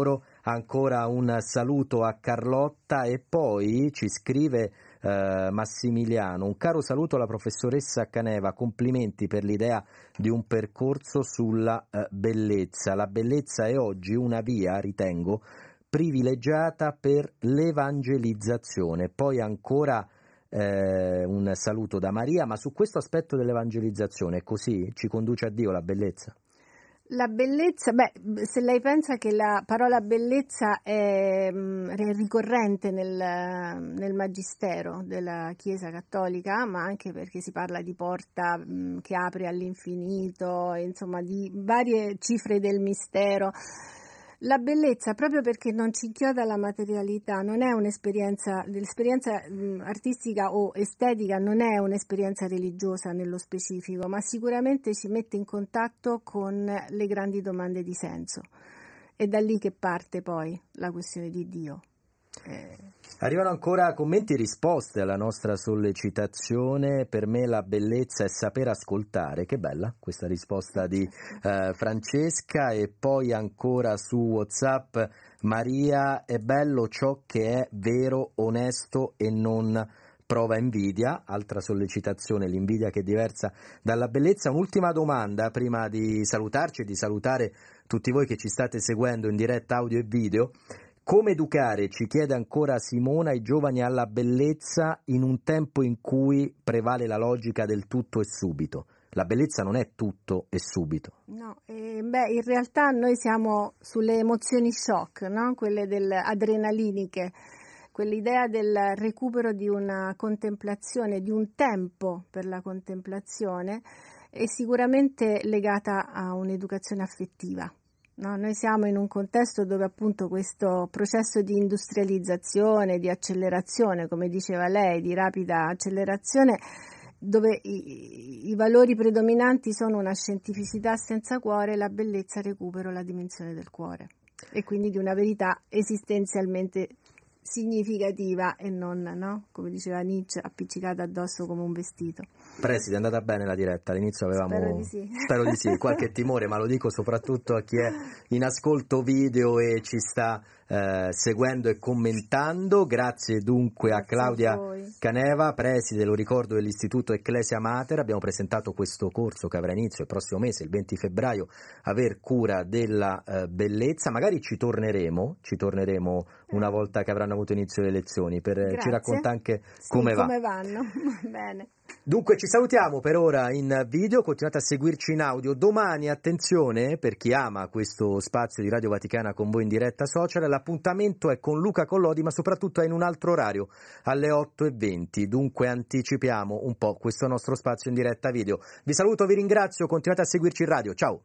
ancora un saluto a Carlotta e poi ci scrive Massimiliano: un caro saluto alla professoressa Caneva, complimenti per l'idea di un percorso sulla bellezza. La bellezza è oggi una via, ritengo, privilegiata per l'evangelizzazione. Poi ancora un saluto da Maria, ma su questo aspetto dell'evangelizzazione è così? Ci conduce a Dio la bellezza? La bellezza, se lei pensa che la parola bellezza è ricorrente nel magistero della Chiesa Cattolica, ma anche perché si parla di porta che apre all'infinito, insomma di varie cifre del mistero. La bellezza, proprio perché non ci inchioda la materialità, non è l'esperienza artistica o estetica, non è un'esperienza religiosa nello specifico, ma sicuramente ci mette in contatto con le grandi domande di senso. È da lì che parte poi la questione di Dio. Arrivano ancora commenti e risposte alla nostra sollecitazione. Per me la bellezza è saper ascoltare. Che bella questa risposta di Francesca. E poi ancora su WhatsApp Maria: è bello ciò che è vero, onesto e non prova invidia. Altra sollecitazione, l'invidia che è diversa dalla bellezza. Un'ultima domanda prima di salutarci e di salutare tutti voi che ci state seguendo in diretta audio e video. Come educare, ci chiede ancora Simona, i giovani alla bellezza in un tempo in cui prevale la logica del tutto e subito? La bellezza non è tutto e subito. No, in realtà noi siamo sulle emozioni shock, no? Quelle adrenaliniche, quell'idea del recupero di una contemplazione, di un tempo per la contemplazione, è sicuramente legata a un'educazione affettiva. No, noi siamo in un contesto dove appunto questo processo di industrializzazione, di accelerazione, come diceva lei, di rapida accelerazione, dove i valori predominanti sono una scientificità senza cuore, la bellezza recupera la dimensione del cuore e quindi di una verità esistenzialmente significativa e non, no? Come diceva Nietzsche, appiccicata addosso come un vestito. Preside, è andata bene la diretta, all'inizio avevamo spero di sì, qualche timore, ma lo dico soprattutto a chi è in ascolto video e ci sta seguendo e commentando. Grazie dunque a Claudia Caneva, preside, lo ricordo, dell'Istituto Ecclesia Mater. Abbiamo presentato questo corso che avrà inizio il prossimo mese, il 20 febbraio, Aver cura della bellezza. Magari ci torneremo una volta che avranno avuto inizio le lezioni ci racconta anche come vanno. Bene. Dunque ci salutiamo per ora in video, continuate a seguirci in audio. Domani, attenzione, per chi ama questo spazio di Radio Vaticana con voi in diretta social, l'appuntamento è con Luca Collodi, ma soprattutto è in un altro orario, alle 8:20. Dunque anticipiamo un po' questo nostro spazio in diretta video. Vi saluto, vi ringrazio, continuate a seguirci in radio. Ciao!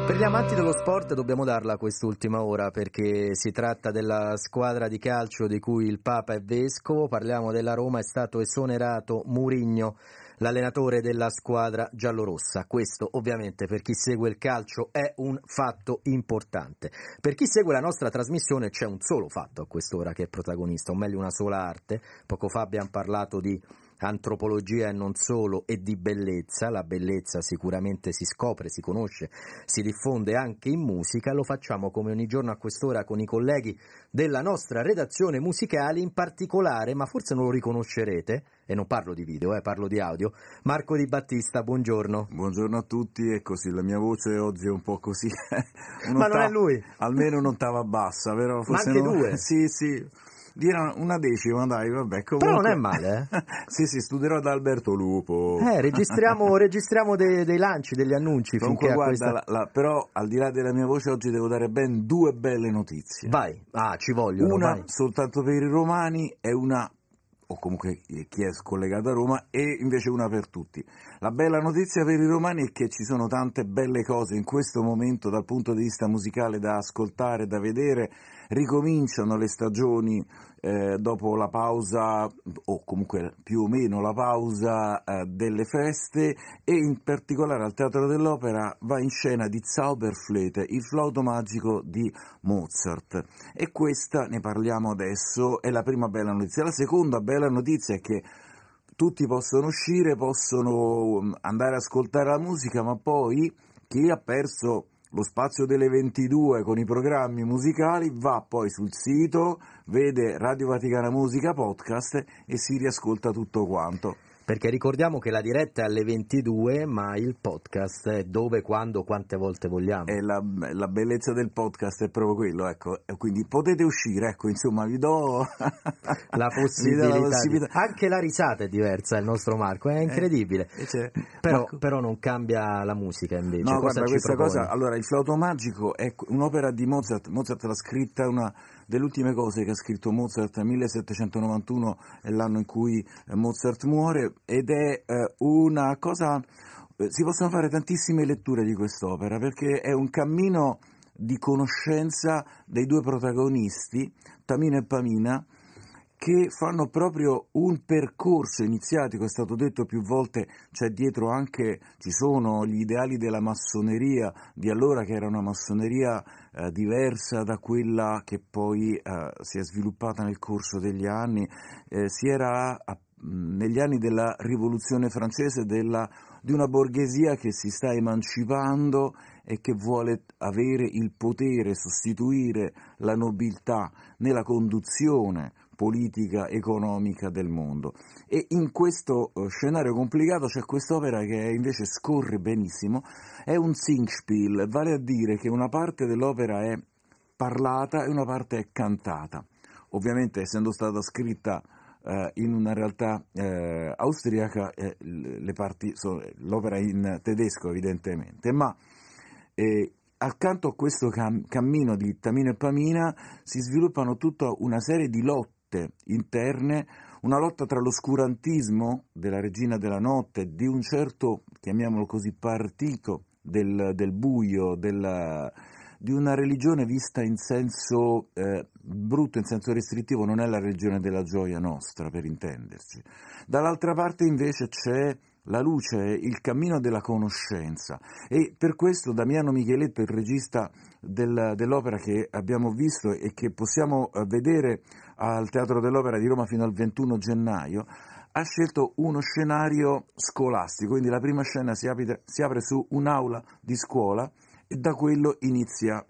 Per gli amanti dello sport dobbiamo darla quest'ultima ora, perché si tratta della squadra di calcio di cui il Papa è vescovo. Parliamo della Roma, è stato esonerato Mourinho, l'allenatore della squadra giallorossa. Questo ovviamente per chi segue il calcio è un fatto importante. Per chi segue la nostra trasmissione c'è un solo fatto a quest'ora che è protagonista, o meglio una sola arte. Poco fa abbiamo parlato di antropologia e non solo, e di bellezza. La bellezza sicuramente si scopre, si conosce, si diffonde anche in musica. Lo facciamo come ogni giorno a quest'ora con i colleghi della nostra redazione musicale, in particolare, ma forse non lo riconoscerete, e non parlo di video, parlo di audio, Marco Di Battista. Buongiorno. Buongiorno a tutti. E così la mia voce oggi è un po' così. Ma non è lui? Almeno un'ottava bassa, vero? Ma anche due? Sì. Dirà una decima, dai, vabbè. Comunque... Però non è male, Sì, studierò da Alberto Lupo. Registriamo dei lanci, degli annunci. Comunque, finché guarda, però al di là della mia voce oggi devo dare ben due belle notizie. Vai, ci vogliono. Una vai. soltanto per i romani e una, o comunque chi è collegato a Roma, e invece una per tutti. La bella notizia per i romani è che ci sono tante belle cose in questo momento dal punto di vista musicale da ascoltare, da vedere. Ricominciano le stagioni dopo la pausa, o comunque più o meno la pausa delle feste, e in particolare al Teatro dell'Opera va in scena Die Zauberflöte, il flauto magico di Mozart. E questa, ne parliamo adesso, è la prima bella notizia. La seconda bella notizia è che tutti possono uscire, possono andare a ascoltare la musica, ma poi chi ha perso lo spazio delle 22 con i programmi musicali va poi sul sito, vede Radio Vaticana Musica Podcast e si riascolta tutto quanto. Perché ricordiamo che la diretta è alle 22, ma il podcast è dove, quando, quante volte vogliamo. E la bellezza del podcast è proprio quello, ecco. Quindi potete uscire, ecco, insomma, vi do la possibilità. Anche la risata è diversa, il nostro Marco, è incredibile. Però non cambia la musica, invece. No, cosa guarda, questa proponi? cosa, allora, il flauto magico è un'opera di Mozart. Mozart l'ha scritta, una delle ultime cose che ha scritto Mozart, 1791 è l'anno in cui Mozart muore, ed è una cosa, si possono fare tantissime letture di quest'opera, perché è un cammino di conoscenza dei due protagonisti, Tamino e Pamina, che fanno proprio un percorso iniziatico. È stato detto più volte, ci sono gli ideali della massoneria di allora, che era una massoneria diversa da quella che poi si è sviluppata nel corso degli anni. Negli anni della rivoluzione francese, di una borghesia che si sta emancipando e che vuole avere il potere, sostituire la nobiltà nella conduzione politica, economica del mondo. E in questo scenario complicato c'è quest'opera che invece scorre benissimo. È un Singspiel, vale a dire che una parte dell'opera è parlata e una parte è cantata. Ovviamente, essendo stata scritta in una realtà austriaca, l'opera è in tedesco evidentemente, ma accanto a questo cammino di Tamino e Pamina si sviluppano tutta una serie di lotte interne, una lotta tra l'oscurantismo della regina della notte, di un certo, chiamiamolo così, partito del buio, di una religione vista in senso brutto, in senso restrittivo. Non è la religione della gioia nostra, per intenderci. Dall'altra parte invece c'è la luce, il cammino della conoscenza, e per questo Damiano Micheletto, il regista dell'opera che abbiamo visto e che possiamo vedere al Teatro dell'Opera di Roma fino al 21 gennaio, ha scelto uno scenario scolastico, quindi la prima scena si apre su un'aula di scuola, e da quello inizia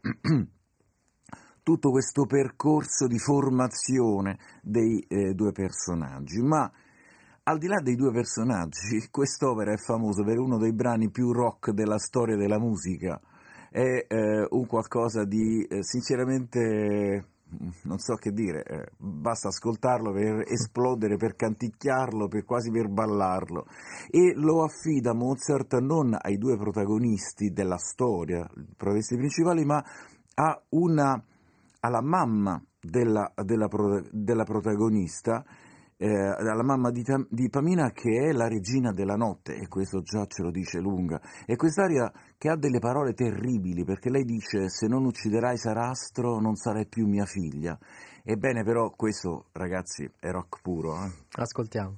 tutto questo percorso di formazione dei due personaggi. Ma al di là dei due personaggi, quest'opera è famosa per uno dei brani più rock della storia della musica. È un qualcosa di sinceramente, non so che dire, basta ascoltarlo per esplodere, per canticchiarlo, quasi per ballarlo. E lo affida Mozart non ai due protagonisti della storia, i protagonisti principali, ma alla mamma della protagonista, alla mamma di Pamina, che è la regina della notte, e questo già ce lo dice lunga. E quest'aria che ha delle parole terribili, perché lei dice: se non ucciderai Sarastro non sarai più mia figlia. Ebbene, però questo, ragazzi, è rock puro. Ascoltiamo.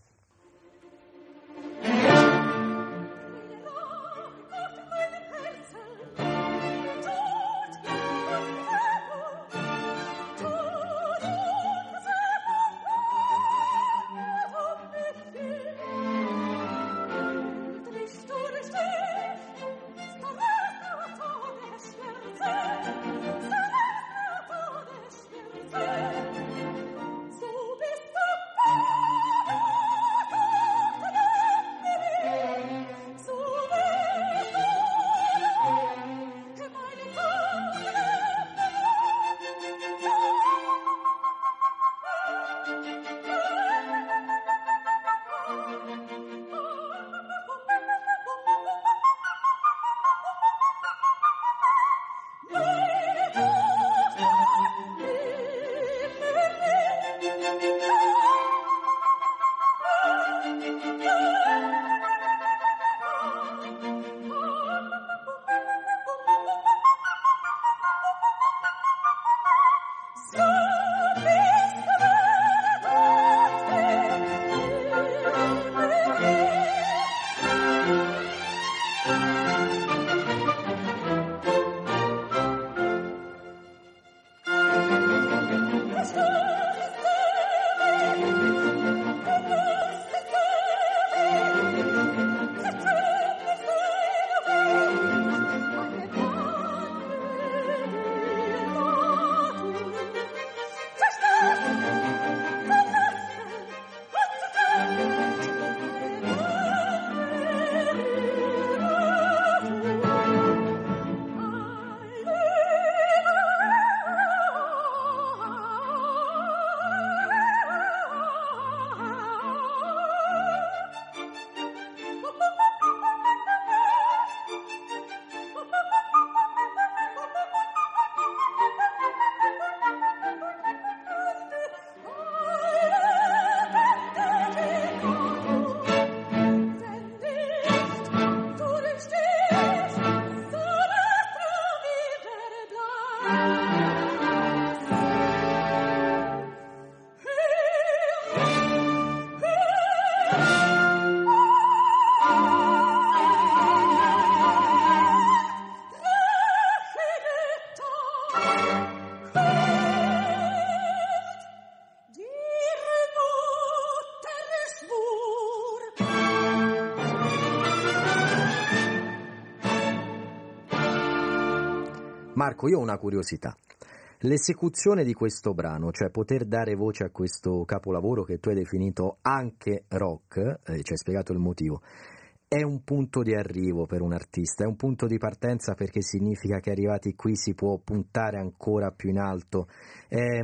Marco, io ho una curiosità. L'esecuzione di questo brano, cioè poter dare voce a questo capolavoro che tu hai definito anche rock, ci hai spiegato il motivo, è un punto di arrivo per un artista, è un punto di partenza perché significa che arrivati qui si può puntare ancora più in alto, è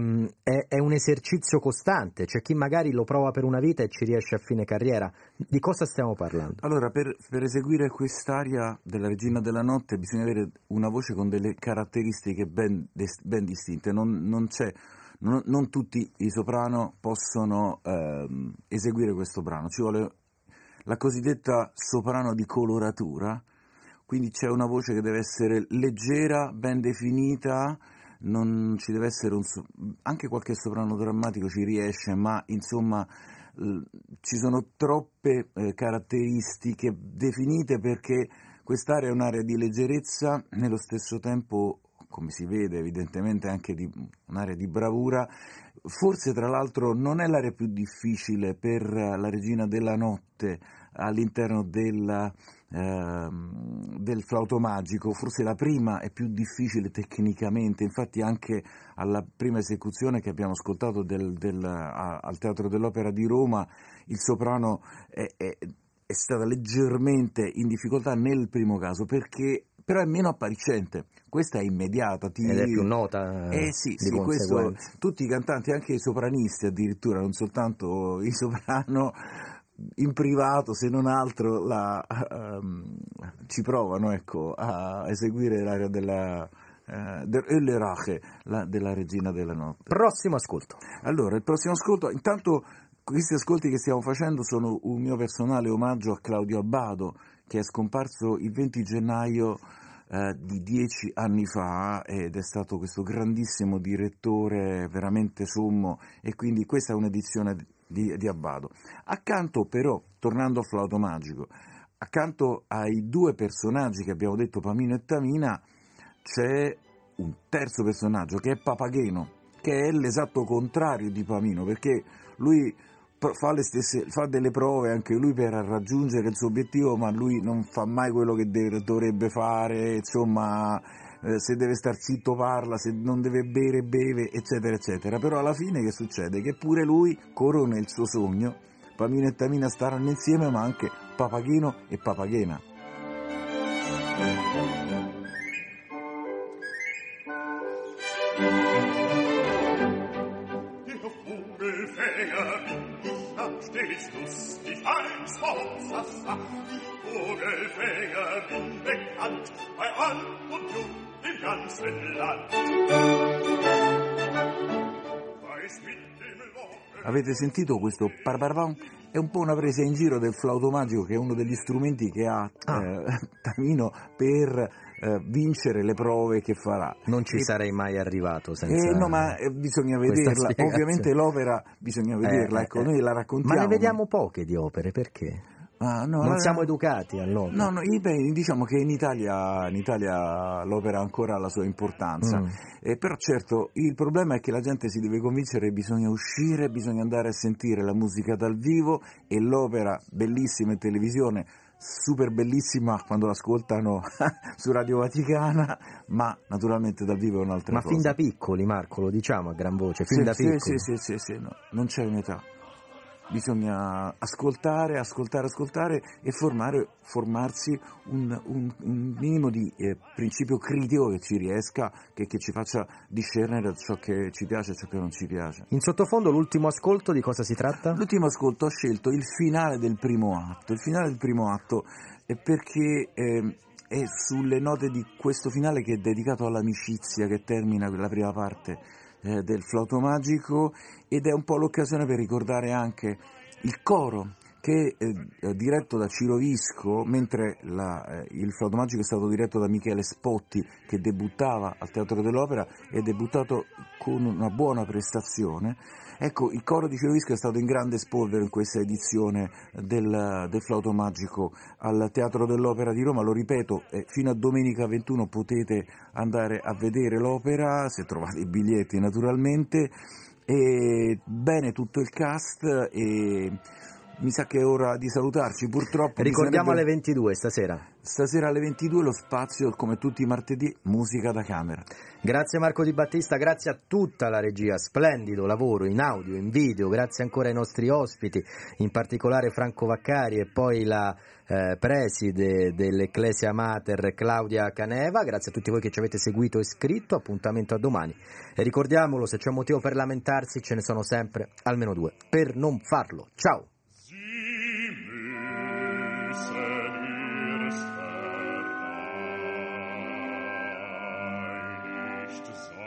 un esercizio costante, c'è chi magari lo prova per una vita e ci riesce a fine carriera. Di cosa stiamo parlando? Allora, per eseguire quest'aria della Regina della Notte bisogna avere una voce con delle caratteristiche ben distinte, non tutti i soprano possono eseguire questo brano, ci vuole la cosiddetta soprano di coloratura, quindi c'è una voce che deve essere leggera, ben definita, non ci deve essere anche qualche soprano drammatico ci riesce, ma insomma ci sono troppe caratteristiche definite perché quest'area è un'area di leggerezza, nello stesso tempo, come si vede evidentemente, anche di un'area di bravura. Forse tra l'altro non è l'area più difficile per la Regina della Notte all'interno del flauto magico, forse la prima è più difficile tecnicamente, infatti anche alla prima esecuzione che abbiamo ascoltato al Teatro dell'Opera di Roma il soprano è stata leggermente in difficoltà nel primo caso, perché però è meno appariscente, questa è immediata. Ed è più nota sì, di questo, tutti i cantanti, anche i sopranisti addirittura, non soltanto il soprano, in privato se non altro ci provano a eseguire l'aria della della Regina della Notte. Prossimo ascolto. Allora, il prossimo ascolto, intanto questi ascolti che stiamo facendo sono un mio personale omaggio a Claudio Abbado, che è scomparso il 20 gennaio di 10 anni fa, ed è stato questo grandissimo direttore veramente sommo, e quindi questa è un'edizione di Abbado. Accanto però, tornando a Flauto Magico, accanto ai due personaggi che abbiamo detto, Pamino e Tamina, c'è un terzo personaggio che è Papageno, che è l'esatto contrario di Pamino, perché lui fa delle prove anche lui per raggiungere il suo obiettivo, ma lui non fa mai quello che dovrebbe fare, insomma, se deve star zitto parla, se non deve bere beve, eccetera eccetera. Però alla fine che succede? Che pure lui corona il suo sogno, Pamino e Tamina staranno insieme, ma anche Papageno e Papagena. Stehst lustig als Forza, ich Vogelfänger bin bekannt, bei Alt und Jung im ganzen Land. Weiß mit dem Lob. Avete sentito questo parbarban? È un po' una presa in giro del flauto magico, che è uno degli strumenti che ha Tamino per vincere le prove che farà. Non ci sarei mai arrivato senza no, ma bisogna vederla. Ovviamente l'opera bisogna vederla, ecco, noi la raccontiamo. Ma ne vediamo poche di opere, perché? No, non siamo educati all'opera. No, diciamo che in Italia l'opera ancora ha la sua importanza. Però certo, il problema è che la gente si deve convincere che bisogna uscire, bisogna andare a sentire la musica dal vivo, e l'opera bellissima in televisione, super bellissima quando l'ascoltano su Radio Vaticana, ma naturalmente dal vivo è un'altra cosa. Ma fin da piccoli, Marco, lo diciamo a gran voce, fin da piccoli. Sì, no, non c'è un'età. Bisogna ascoltare e formarsi un minimo di principio critico che ci riesca, che ci faccia discernere ciò che ci piace e ciò che non ci piace. In sottofondo l'ultimo ascolto, di cosa si tratta? L'ultimo ascolto ho scelto il finale del primo atto. Il finale del primo atto è perché è sulle note di questo finale, che è dedicato all'amicizia, che termina la prima parte del flauto magico, ed è un po' l'occasione per ricordare anche il coro, che è diretto da Ciro Visco, mentre il flauto magico è stato diretto da Michele Spotti, che debuttava al Teatro dell'Opera e è debuttato con una buona prestazione. Ecco, il coro di Ciro Visco è stato in grande spolvero in questa edizione del flauto magico al Teatro dell'Opera di Roma. Lo ripeto, fino a domenica 21 potete andare a vedere l'opera, se trovate i biglietti naturalmente, e bene tutto il cast, e mi sa che è ora di salutarci, purtroppo. Ricordiamo alle 22 stasera. Stasera alle 22 lo spazio, come tutti i martedì, musica da camera. Grazie Marco Di Battista, grazie a tutta la regia, splendido lavoro in audio, in video, grazie ancora ai nostri ospiti, in particolare Franco Vaccari e poi la preside dell'Ecclesia Mater Claudia Caneva. Grazie a tutti voi che ci avete seguito e scritto, appuntamento a domani. E ricordiamolo, se c'è un motivo per lamentarsi ce ne sono sempre almeno due per non farlo. Ciao! So